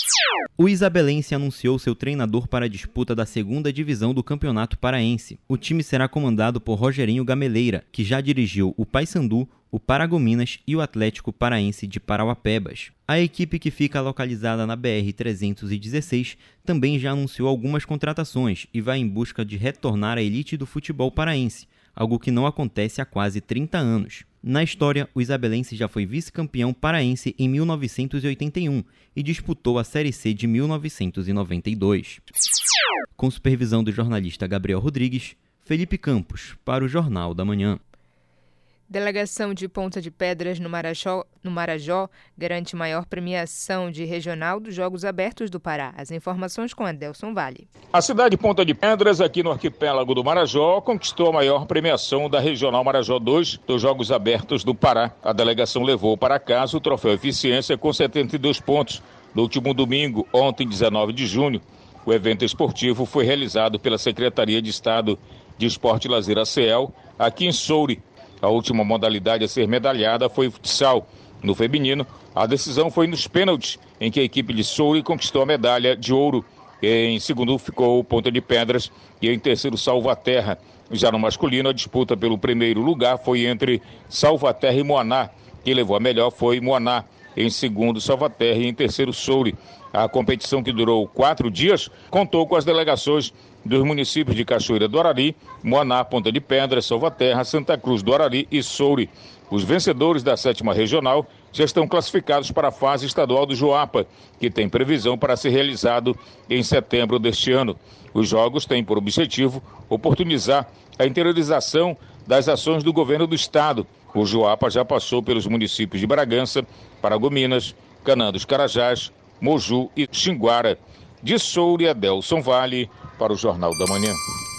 O isabelense anunciou seu treinador para a disputa da segunda divisão do Campeonato Paraense. O time será comandado por Rogerinho Gameleira, que já dirigiu o Paysandu, o Paragominas e o Atlético Paraense de Parauapebas. A equipe, que fica localizada na B R trezentos e dezesseis, também já anunciou algumas contratações e vai em busca de retornar à elite do futebol paraense, algo que não acontece há quase trinta anos. Na história, o isabelense já foi vice-campeão paraense em mil novecentos e oitenta e um e disputou a Série C de mil novecentos e noventa e dois. Com supervisão do jornalista Gabriel Rodrigues, Felipe Campos, para o Jornal da Manhã. Delegação de Ponta de Pedras no Marajó, no Marajó garante maior premiação de regional dos Jogos Abertos do Pará. As informações com Adelson Vale. A cidade de Ponta de Pedras, aqui no arquipélago do Marajó, conquistou a maior premiação da Regional Marajó dois dos Jogos Abertos do Pará. A delegação levou para casa o troféu Eficiência com setenta e dois pontos. No último domingo, ontem, dezenove de junho, o evento esportivo foi realizado pela Secretaria de Estado de Esporte e Lazer, a CEL, aqui em Soure. A última modalidade a ser medalhada foi o futsal. No feminino, a decisão foi nos pênaltis, em que a equipe de Soure conquistou a medalha de ouro. Em segundo ficou o Ponta de Pedras e em terceiro Salvaterra. Já no masculino, a disputa pelo primeiro lugar foi entre Salvaterra e Moaná. Quem levou a melhor foi Moaná. em segundo Salvaterra e em terceiro Soure. A competição, que durou quatro dias, contou com as delegações dos municípios de Cachoeira do Arari, Moaná, Ponta de Pedra, Salvaterra, Santa Cruz do Arari e Soure. Os vencedores da sétima regional já estão classificados para a fase estadual do Joapa, que tem previsão para ser realizado em setembro deste ano. Os jogos têm por objetivo oportunizar a interiorização das ações do governo do estado. O Joapa já passou pelos municípios de Bragança, Paragominas, Canaã dos Carajás, Moju e Xinguara. De Soure, Adelson Vale, para o Jornal da Manhã.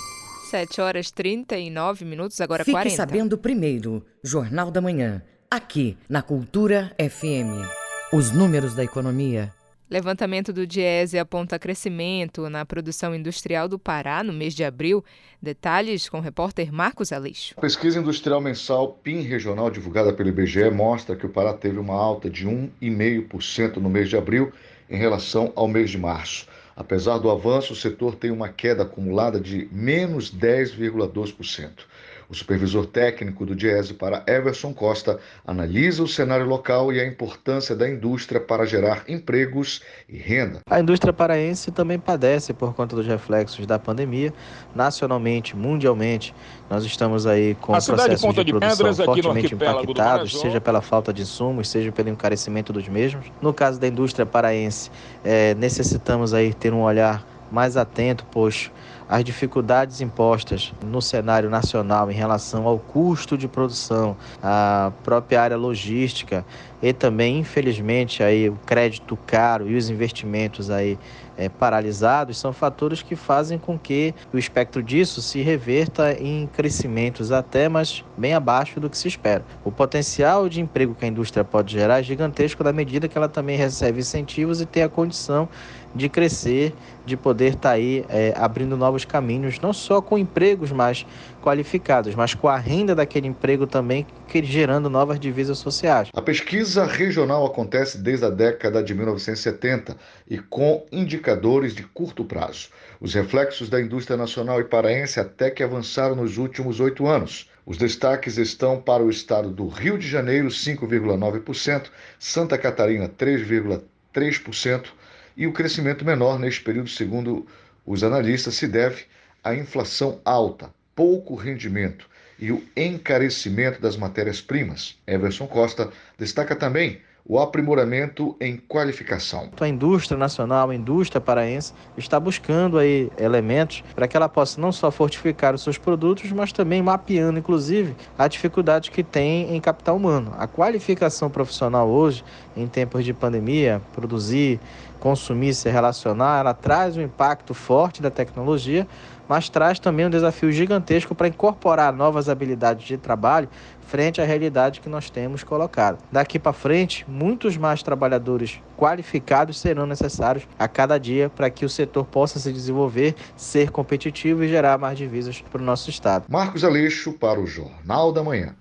sete horas e trinta e nove minutos, agora Fique quarenta. Fique sabendo primeiro, Jornal da Manhã, aqui na Cultura F M. Os números da economia. Levantamento do Diese aponta crescimento na produção industrial do Pará no mês de abril. Detalhes com o repórter Marcos Aleixo. A pesquisa industrial mensal P I M regional divulgada pelo I B G E mostra que o Pará teve uma alta de um vírgula cinco por cento no mês de abril em relação ao mês de março. Apesar do avanço, o setor tem uma queda acumulada de menos dez vírgula dois por cento. O supervisor técnico do Diese para Everson Costa analisa o cenário local e a importância da indústria para gerar empregos e renda. A indústria paraense também padece por conta dos reflexos da pandemia. Nacionalmente, mundialmente, nós estamos aí com processos de, de produção fortemente impactados, seja pela falta de insumos, seja pelo encarecimento dos mesmos. No caso da indústria paraense, é, necessitamos aí ter um olhar mais atento, pois as dificuldades impostas no cenário nacional em relação ao custo de produção, a própria área logística e também, infelizmente, aí, o crédito caro e os investimentos aí, é, paralisados são fatores que fazem com que o espectro disso se reverta em crescimentos até, mas bem abaixo do que se espera. O potencial de emprego que a indústria pode gerar é gigantesco na medida que ela também recebe incentivos e tem a condição de crescer, de poder estar aí é, abrindo novos caminhos, não só com empregos mais qualificados, mas com a renda daquele emprego também, que, gerando novas divisas sociais. A pesquisa regional acontece desde a década de mil novecentos e setenta e com indicadores de curto prazo. Os reflexos da indústria nacional e paraense até que avançaram nos últimos oito anos. Os destaques estão para o estado do Rio de Janeiro, cinco vírgula nove por cento, Santa Catarina, três vírgula três por cento, e o crescimento menor neste período, segundo os analistas, se deve à inflação alta, pouco rendimento e o encarecimento das matérias-primas. Everson Costa destaca também o aprimoramento em qualificação. A indústria nacional, a indústria paraense, está buscando aí elementos para que ela possa não só fortificar os seus produtos, mas também mapeando, inclusive, a dificuldade que tem em capital humano. A qualificação profissional hoje, em tempos de pandemia, produzir, consumir, se relacionar, ela traz um impacto forte da tecnologia, mas traz também um desafio gigantesco para incorporar novas habilidades de trabalho frente à realidade que nós temos colocado. Daqui para frente, muitos mais trabalhadores qualificados serão necessários a cada dia para que o setor possa se desenvolver, ser competitivo e gerar mais divisas para o nosso estado. Marcos Aleixo para o Jornal da Manhã.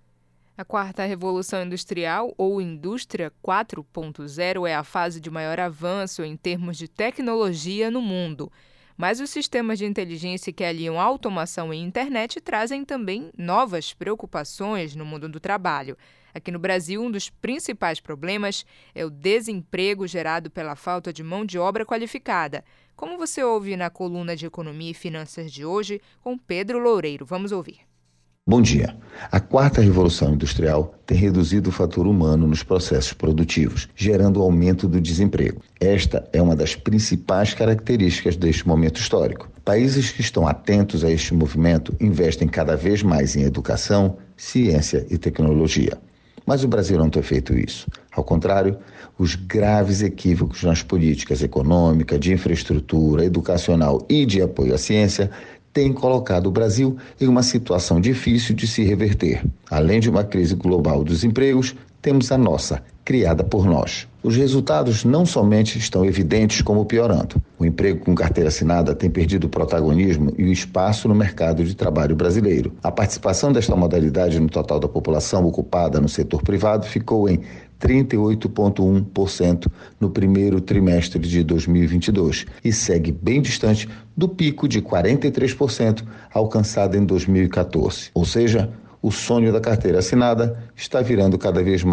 A quarta revolução industrial, ou indústria quatro ponto zero, é a fase de maior avanço em termos de tecnologia no mundo. Mas os sistemas de inteligência que aliam automação e internet trazem também novas preocupações no mundo do trabalho. Aqui no Brasil, um dos principais problemas é o desemprego gerado pela falta de mão de obra qualificada. Como você ouve na coluna de Economia e Finanças de hoje, com Pedro Loureiro. Vamos ouvir. Bom dia. A quarta revolução industrial tem reduzido o fator humano nos processos produtivos, gerando o aumento do desemprego. Esta é uma das principais características deste momento histórico. Países que estão atentos a este movimento investem cada vez mais em educação, ciência e tecnologia. Mas o Brasil não tem feito isso. Ao contrário, os graves equívocos nas políticas econômica, de infraestrutura, educacional e de apoio à ciência tem colocado o Brasil em uma situação difícil de se reverter. Além de uma crise global dos empregos, temos a nossa, criada por nós. Os resultados não somente estão evidentes, como piorando. O emprego com carteira assinada tem perdido o protagonismo e o espaço no mercado de trabalho brasileiro. A participação desta modalidade no total da população ocupada no setor privado ficou em trinta e oito vírgula um por cento no primeiro trimestre de dois mil e vinte e dois e segue bem distante do pico de quarenta e três por cento alcançado em dois mil e quatorze. Ou seja, o sonho da carteira assinada está virando cada vez mais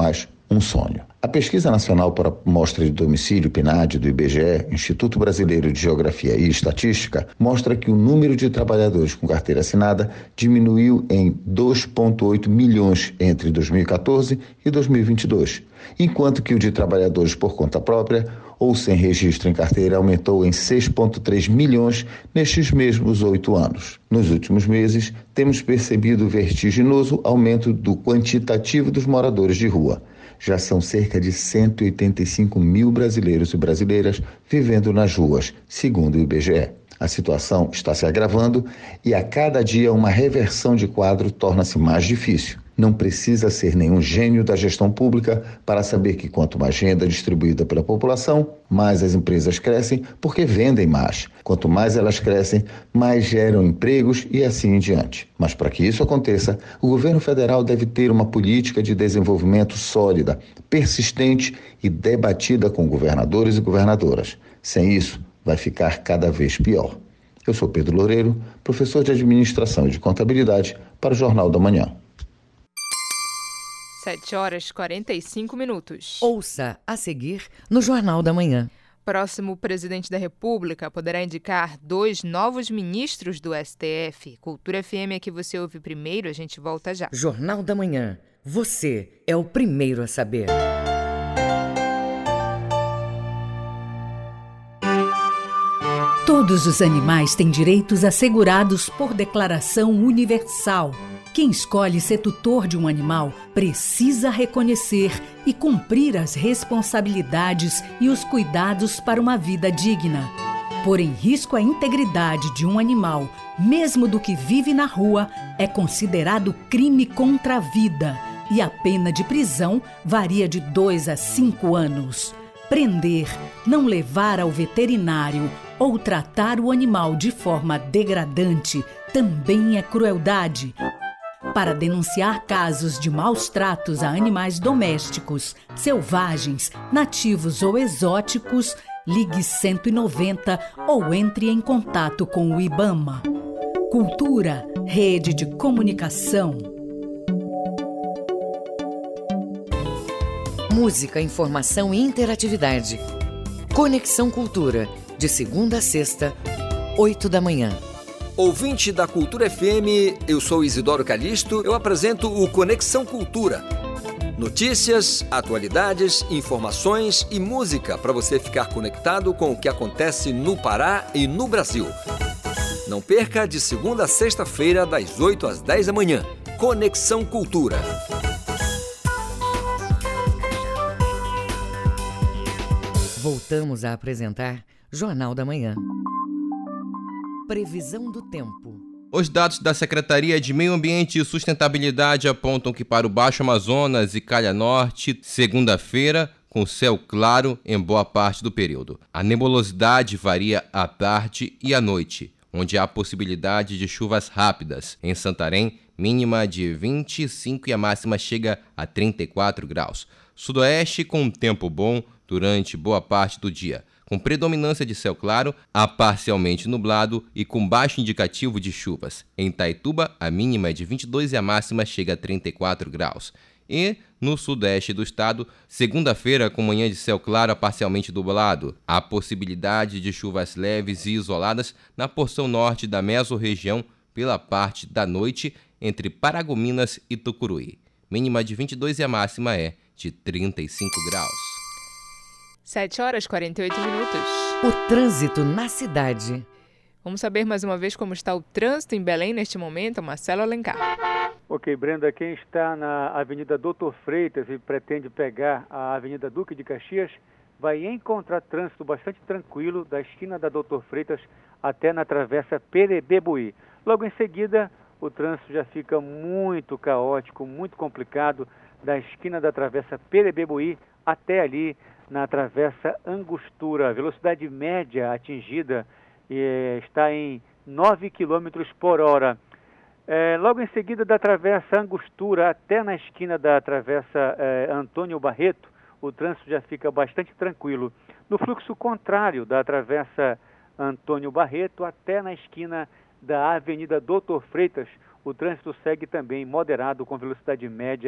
um sonho. A Pesquisa Nacional por Amostra de Domicílio, P N A D, do I B G E, Instituto Brasileiro de Geografia e Estatística, mostra que o número de trabalhadores com carteira assinada diminuiu em dois vírgula oito milhões entre dois mil e quatorze e dois mil e vinte e dois, enquanto que o de trabalhadores por conta própria ou sem registro em carteira aumentou em seis vírgula três milhões nestes mesmos oito anos. Nos últimos meses, temos percebido o vertiginoso aumento do quantitativo dos moradores de rua. Já são cerca de cento e oitenta e cinco mil brasileiros e brasileiras vivendo nas ruas, segundo o I B G E. A situação está se agravando e a cada dia uma reversão de quadro torna-se mais difícil. Não precisa ser nenhum gênio da gestão pública para saber que quanto mais renda distribuída pela população, mais as empresas crescem porque vendem mais. Quanto mais elas crescem, mais geram empregos e assim em diante. Mas para que isso aconteça, o governo federal deve ter uma política de desenvolvimento sólida, persistente e debatida com governadores e governadoras. Sem isso, vai ficar cada vez pior. Eu sou Pedro Loureiro, professor de Administração e de Contabilidade, para o Jornal da Manhã. sete horas e quarenta e cinco minutos. Ouça a seguir no Jornal da Manhã. Próximo presidente da República poderá indicar dois novos ministros do S T F. Cultura F M é que você ouve primeiro, a gente volta já. Jornal da Manhã. Você é o primeiro a saber. Todos os animais têm direitos assegurados por Declaração Universal. Quem escolhe ser tutor de um animal precisa reconhecer e cumprir as responsabilidades e os cuidados para uma vida digna. Pôr em risco a integridade de um animal, mesmo do que vive na rua, é considerado crime contra a vida e a pena de prisão varia de dois a cinco anos. Prender, não levar ao veterinário ou tratar o animal de forma degradante também é crueldade. Para denunciar casos de maus tratos a animais domésticos, selvagens, nativos ou exóticos, ligue cento e noventa ou entre em contato com o IBAMA. Cultura, rede de comunicação. Música, informação e interatividade. Conexão Cultura, de segunda a sexta, oito da manhã. Ouvinte da Cultura F M, eu sou Isidoro Calixto, eu apresento o Conexão Cultura. Notícias, atualidades, informações e música para você ficar conectado com o que acontece no Pará e no Brasil. Não perca de segunda a sexta-feira, das oito às dez da manhã. Conexão Cultura. Voltamos a apresentar Jornal da Manhã. Previsão do tempo. Os dados da Secretaria de Meio Ambiente e Sustentabilidade apontam que para o Baixo Amazonas e Calha Norte, segunda-feira, com céu claro em boa parte do período. A nebulosidade varia à tarde e à noite, onde há possibilidade de chuvas rápidas. Em Santarém, mínima de vinte e cinco e a máxima chega a trinta e quatro graus. Sudoeste com tempo bom durante boa parte do dia, com predominância de céu claro a parcialmente nublado e com baixo indicativo de chuvas. Em Itaituba, a mínima é de vinte e dois e a máxima chega a trinta e quatro graus. E, no sudeste do estado, segunda-feira com manhã de céu claro a parcialmente nublado. Há possibilidade de chuvas leves e isoladas na porção norte da mesorregião pela parte da noite entre Paragominas e Tucuruí. Mínima de vinte e dois e a máxima é de trinta e cinco graus. sete horas e quarenta e oito minutos. O trânsito na cidade. Vamos saber mais uma vez como está o trânsito em Belém neste momento, Marcelo Alencar. Ok, Brenda, quem está na Avenida Doutor Freitas e pretende pegar a Avenida Duque de Caxias, vai encontrar trânsito bastante tranquilo da esquina da Doutor Freitas até na Travessa Perebebuí. Logo em seguida, o trânsito já fica muito caótico, muito complicado, da esquina da Travessa Perebebuí até ali na Travessa Angostura. A velocidade média atingida eh, está em nove quilômetros por hora. Eh, logo em seguida da Travessa Angostura até na esquina da Travessa eh, Antônio Barreto, o trânsito já fica bastante tranquilo. No fluxo contrário da Travessa Antônio Barreto até na esquina da Avenida Doutor Freitas, o trânsito segue também moderado com velocidade média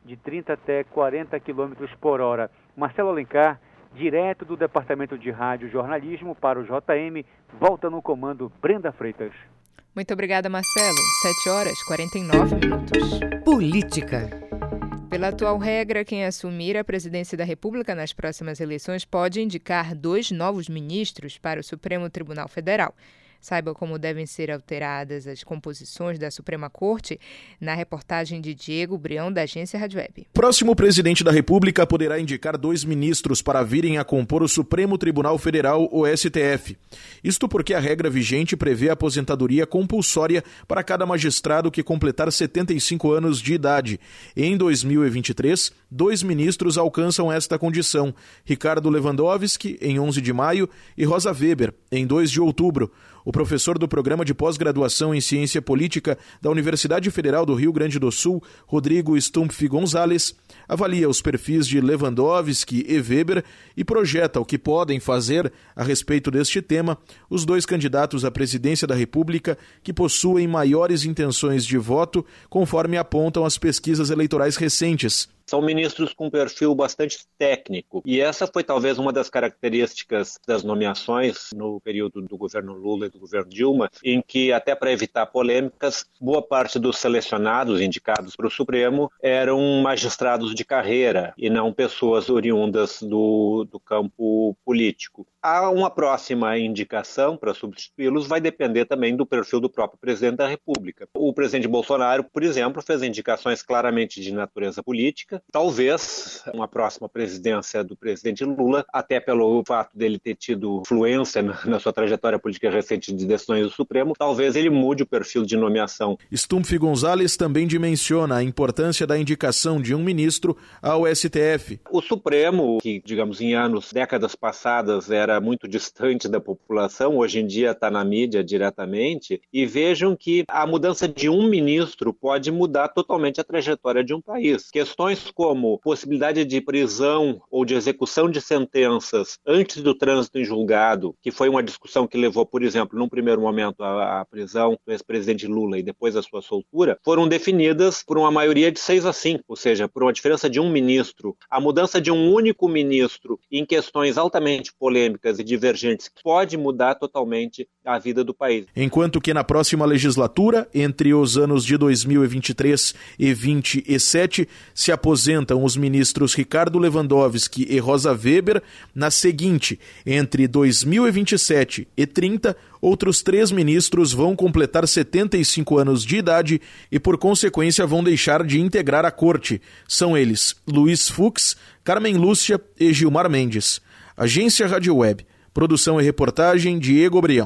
de trinta até quarenta quilômetros por hora. Marcelo Alencar, direto do Departamento de Rádio e Jornalismo para o J M, volta no comando Brenda Freitas. Muito obrigada, Marcelo. sete horas e quarenta e nove minutos. Política. Pela atual regra, quem assumir a presidência da República nas próximas eleições pode indicar dois novos ministros para o Supremo Tribunal Federal. Saiba como devem ser alteradas as composições da Suprema Corte na reportagem de Diego Brião, da agência Rádio Web. Próximo presidente da República poderá indicar dois ministros para virem a compor o Supremo Tribunal Federal, o S T F. Isto porque a regra vigente prevê a aposentadoria compulsória para cada magistrado que completar setenta e cinco anos de idade. Em dois mil e vinte e três, dois ministros alcançam esta condição: Ricardo Lewandowski, em onze de maio, e Rosa Weber, em dois de outubro. O professor do Programa de Pós-Graduação em Ciência Política da Universidade Federal do Rio Grande do Sul, Rodrigo Stumpf Gonzalez, avalia os perfis de Lewandowski e Weber e projeta o que podem fazer a respeito deste tema os dois candidatos à presidência da República que possuem maiores intenções de voto, conforme apontam as pesquisas eleitorais recentes. São ministros com perfil bastante técnico. E essa foi talvez uma das características das nomeações no período do governo Lula e do governo Dilma, em que, até para evitar polêmicas, boa parte dos selecionados, indicados para o Supremo, eram magistrados de carreira e não pessoas oriundas do, do campo político. Há uma próxima indicação para substituí-los, vai depender também do perfil do próprio presidente da República. O presidente Bolsonaro, por exemplo, fez indicações claramente de natureza política. Talvez uma próxima presidência do presidente Lula, até pelo fato dele ter tido influência na, na sua trajetória política recente de decisões do Supremo, talvez ele mude o perfil de nomeação. Stumpf Gonzalez também dimensiona a importância da indicação de um ministro ao S T F. O Supremo, que, digamos, em anos, décadas passadas, era muito distante da população, hoje em dia está na mídia diretamente, e vejam que a mudança de um ministro pode mudar totalmente a trajetória de um país. Questões como possibilidade de prisão ou de execução de sentenças antes do trânsito em julgado, que foi uma discussão que levou, por exemplo, num primeiro momento à, à prisão do ex-presidente Lula e depois à sua soltura, foram definidas por uma maioria de seis a cinco, ou seja, por uma diferença de um ministro. A mudança de um único ministro em questões altamente polêmicas e divergentes pode mudar totalmente a vida do país. Enquanto que na próxima legislatura, entre os anos de dois mil e vinte e três e vinte e sete, se aposentam os ministros Ricardo Lewandowski e Rosa Weber. Na seguinte, entre dois mil e vinte e sete e trinta, outros três ministros vão completar setenta e cinco anos de idade e, por consequência, vão deixar de integrar a corte. São eles Luiz Fux, Carmen Lúcia e Gilmar Mendes. Agência Rádio Web. Produção e reportagem Diego Brião.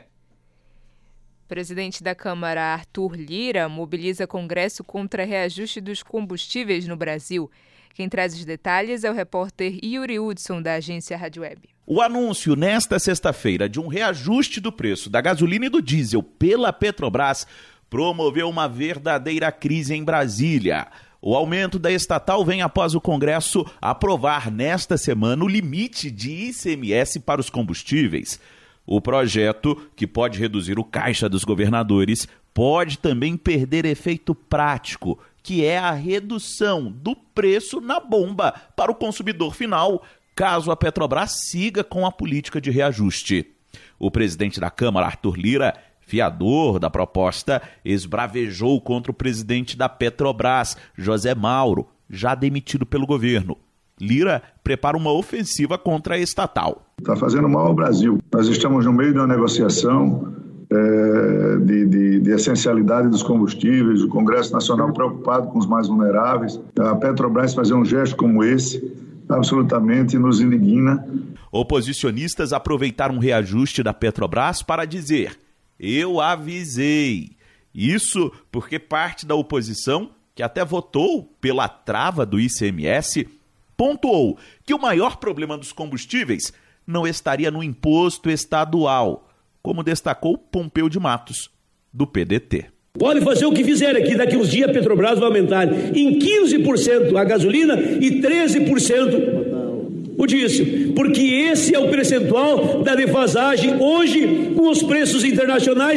Presidente da Câmara Arthur Lira mobiliza Congresso contra reajuste dos combustíveis no Brasil. Quem traz os detalhes é o repórter Yuri Hudson, da agência Rádio Web. O anúncio nesta sexta-feira de um reajuste do preço da gasolina e do diesel pela Petrobras promoveu uma verdadeira crise em Brasília. O aumento da estatal vem após o Congresso aprovar nesta semana o limite de I C M S para os combustíveis. O projeto, que pode reduzir o caixa dos governadores, pode também perder efeito prático, que é a redução do preço na bomba para o consumidor final, caso a Petrobras siga com a política de reajuste. O presidente da Câmara, Arthur Lira, fiador da proposta, esbravejou contra o presidente da Petrobras, José Mauro, já demitido pelo governo. Lira prepara uma ofensiva contra a estatal. Está fazendo mal ao Brasil. Nós estamos no meio de uma negociação é, de, de, de essencialidade dos combustíveis, o Congresso Nacional preocupado com os mais vulneráveis. A Petrobras fazer um gesto como esse absolutamente nos indigna. Oposicionistas aproveitaram um reajuste da Petrobras para dizer: eu avisei. Isso porque parte da oposição, que até votou pela trava do I C M S, pontuou que o maior problema dos combustíveis não estaria no imposto estadual, como destacou Pompeu de Matos, do P D T. Pode fazer o que fizer aqui, daqui uns dias a Petrobras vai aumentar em quinze por cento a gasolina e treze por cento o diesel, porque esse é o percentual da defasagem hoje com os preços internacionais.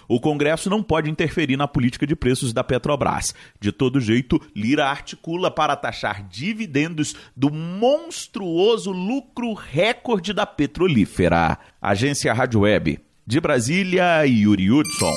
O Congresso não pode interferir na política de preços da Petrobras. De todo jeito, Lira articula para taxar dividendos do monstruoso lucro recorde da petrolífera. Agência Rádio Web. De Brasília, Yuri Hudson.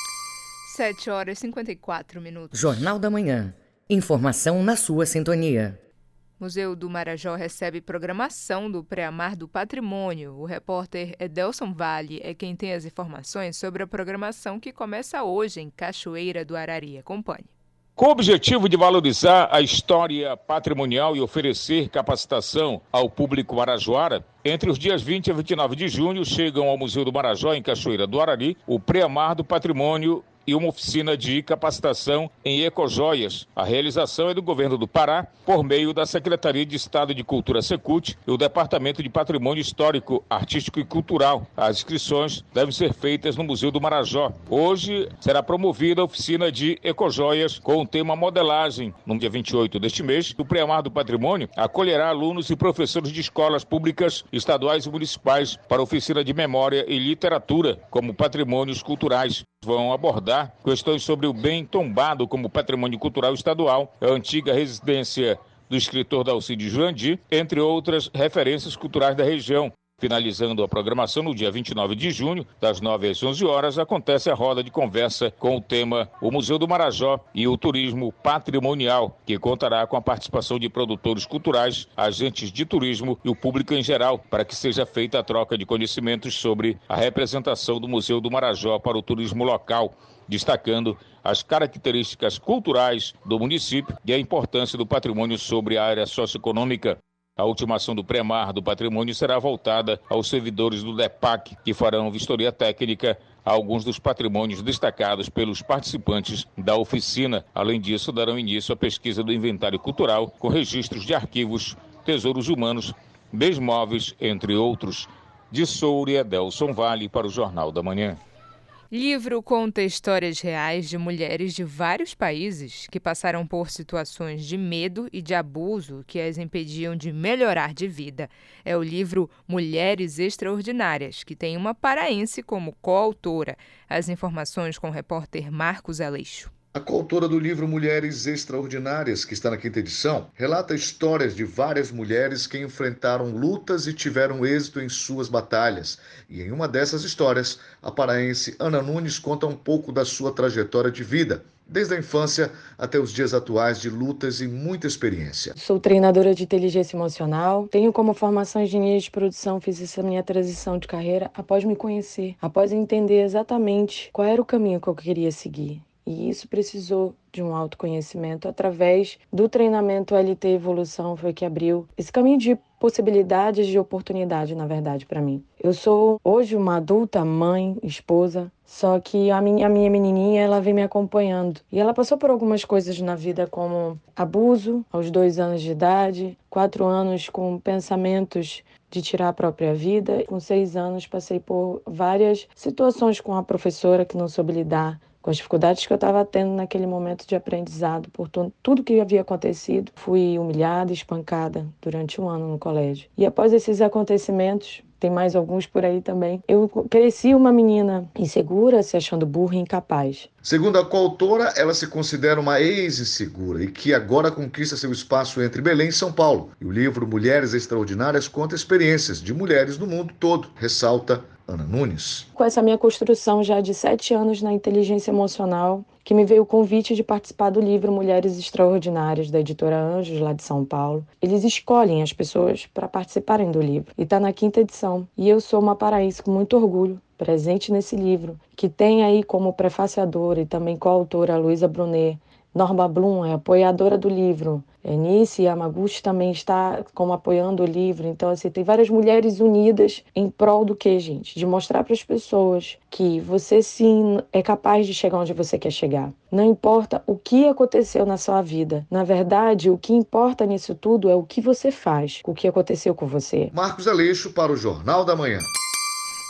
sete horas e cinquenta e quatro minutos. Jornal da Manhã. Informação na sua sintonia. Museu do Marajó recebe programação do Pré-Amar do Patrimônio. O repórter Edelson Vale é quem tem as informações sobre a programação que começa hoje em Cachoeira do Arari. Acompanhe. Com o objetivo de valorizar a história patrimonial e oferecer capacitação ao público marajoara, entre os dias vinte e vinte e nove de junho chegam ao Museu do Marajó, em Cachoeira do Arari, o Pré-Amar do Patrimônio e uma oficina de capacitação em ecojoias. A realização é do Governo do Pará, por meio da Secretaria de Estado de Cultura Secult e o Departamento de Patrimônio Histórico, Artístico e Cultural. As inscrições devem ser feitas no Museu do Marajó. Hoje será promovida a oficina de ecojoias com o tema modelagem. No dia vinte e oito deste mês, o Pré-Amar do Patrimônio acolherá alunos e professores de escolas públicas, estaduais e municipais para a oficina de memória e literatura como patrimônios culturais. Vão abordar questões sobre o bem tombado como patrimônio cultural estadual, a antiga residência do escritor Dalcídio Jurandir, entre outras referências culturais da região. Finalizando a programação, no dia vinte e nove de junho, das nove às onze horas, acontece a roda de conversa com o tema O Museu do Marajó e o Turismo Patrimonial, que contará com a participação de produtores culturais, agentes de turismo e o público em geral, para que seja feita a troca de conhecimentos sobre a representação do Museu do Marajó para o turismo local, destacando as características culturais do município e a importância do patrimônio sobre a área socioeconômica. A ultimação do Pré-Amar do Patrimônio será voltada aos servidores do DEPAC, que farão vistoria técnica a alguns dos patrimônios destacados pelos participantes da oficina. Além disso, darão início à pesquisa do inventário cultural, com registros de arquivos, tesouros humanos, bens móveis, entre outros. De Soura, Edelson Vale, para o Jornal da Manhã. Livro conta histórias reais de mulheres de vários países que passaram por situações de medo e de abuso que as impediam de melhorar de vida. É o livro Mulheres Extraordinárias, que tem uma paraense como coautora. As informações com o repórter Marcos Aleixo. A coautora do livro Mulheres Extraordinárias, que está na quinta edição, relata histórias de várias mulheres que enfrentaram lutas e tiveram êxito em suas batalhas. E em uma dessas histórias, a paraense Ana Nunes conta um pouco da sua trajetória de vida, desde a infância até os dias atuais de lutas e muita experiência. Sou treinadora de inteligência emocional, tenho como formação engenharia de produção, fiz essa minha transição de carreira após me conhecer, após entender exatamente qual era o caminho que eu queria seguir. E isso precisou de um autoconhecimento através do treinamento L T Evolução, foi que abriu esse caminho de possibilidades, de oportunidade, na verdade, para mim. Eu sou hoje uma adulta, mãe, esposa, só que a minha, a minha menininha, ela vem me acompanhando. E ela passou por algumas coisas na vida, como abuso aos dois anos de idade, quatro anos com pensamentos de tirar a própria vida. Com seis anos, passei por várias situações com a professora que não soube lidar com as dificuldades que eu estava tendo naquele momento de aprendizado, por tudo que havia acontecido. Fui humilhada, espancada durante um ano no colégio. E após esses acontecimentos, tem mais alguns por aí também, eu cresci uma menina insegura, se achando burra e incapaz. Segundo a coautora, ela se considera uma ex-insegura e que agora conquista seu espaço entre Belém e São Paulo. E o livro Mulheres Extraordinárias conta experiências de mulheres do mundo todo, ressalta Ana Nunes. Com essa minha construção já de sete anos na inteligência emocional, que me veio o convite de participar do livro Mulheres Extraordinárias, da editora Anjos, lá de São Paulo. Eles escolhem as pessoas para participarem do livro. E está na quinta edição. E eu sou uma paraense com muito orgulho, presente nesse livro, que tem aí como prefaciadora e também coautora a Luísa Brunet. Norma Blum é apoiadora do livro. Nice Yamaguchi também está como apoiando o livro. Então, assim, tem várias mulheres unidas em prol do quê, gente? De mostrar para as pessoas que você, sim, é capaz de chegar onde você quer chegar. Não importa o que aconteceu na sua vida. Na verdade, o que importa nisso tudo é o que você faz, o que aconteceu com você. Marcos Aleixo para o Jornal da Manhã.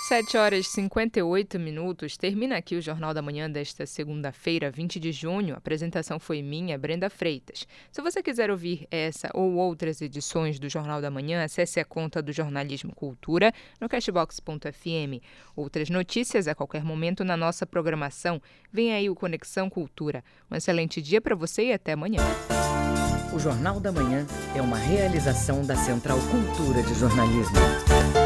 sete horas e cinquenta e oito minutos, termina aqui o Jornal da Manhã desta segunda-feira, vinte de junho. A apresentação foi minha, Brenda Freitas. Se você quiser ouvir essa ou outras edições do Jornal da Manhã, acesse a conta do Jornalismo Cultura no cashbox ponto f m. Outras notícias a qualquer momento na nossa programação. Vem aí o Conexão Cultura. Um excelente dia para você e até amanhã. O Jornal da Manhã é uma realização da Central Cultura de Jornalismo.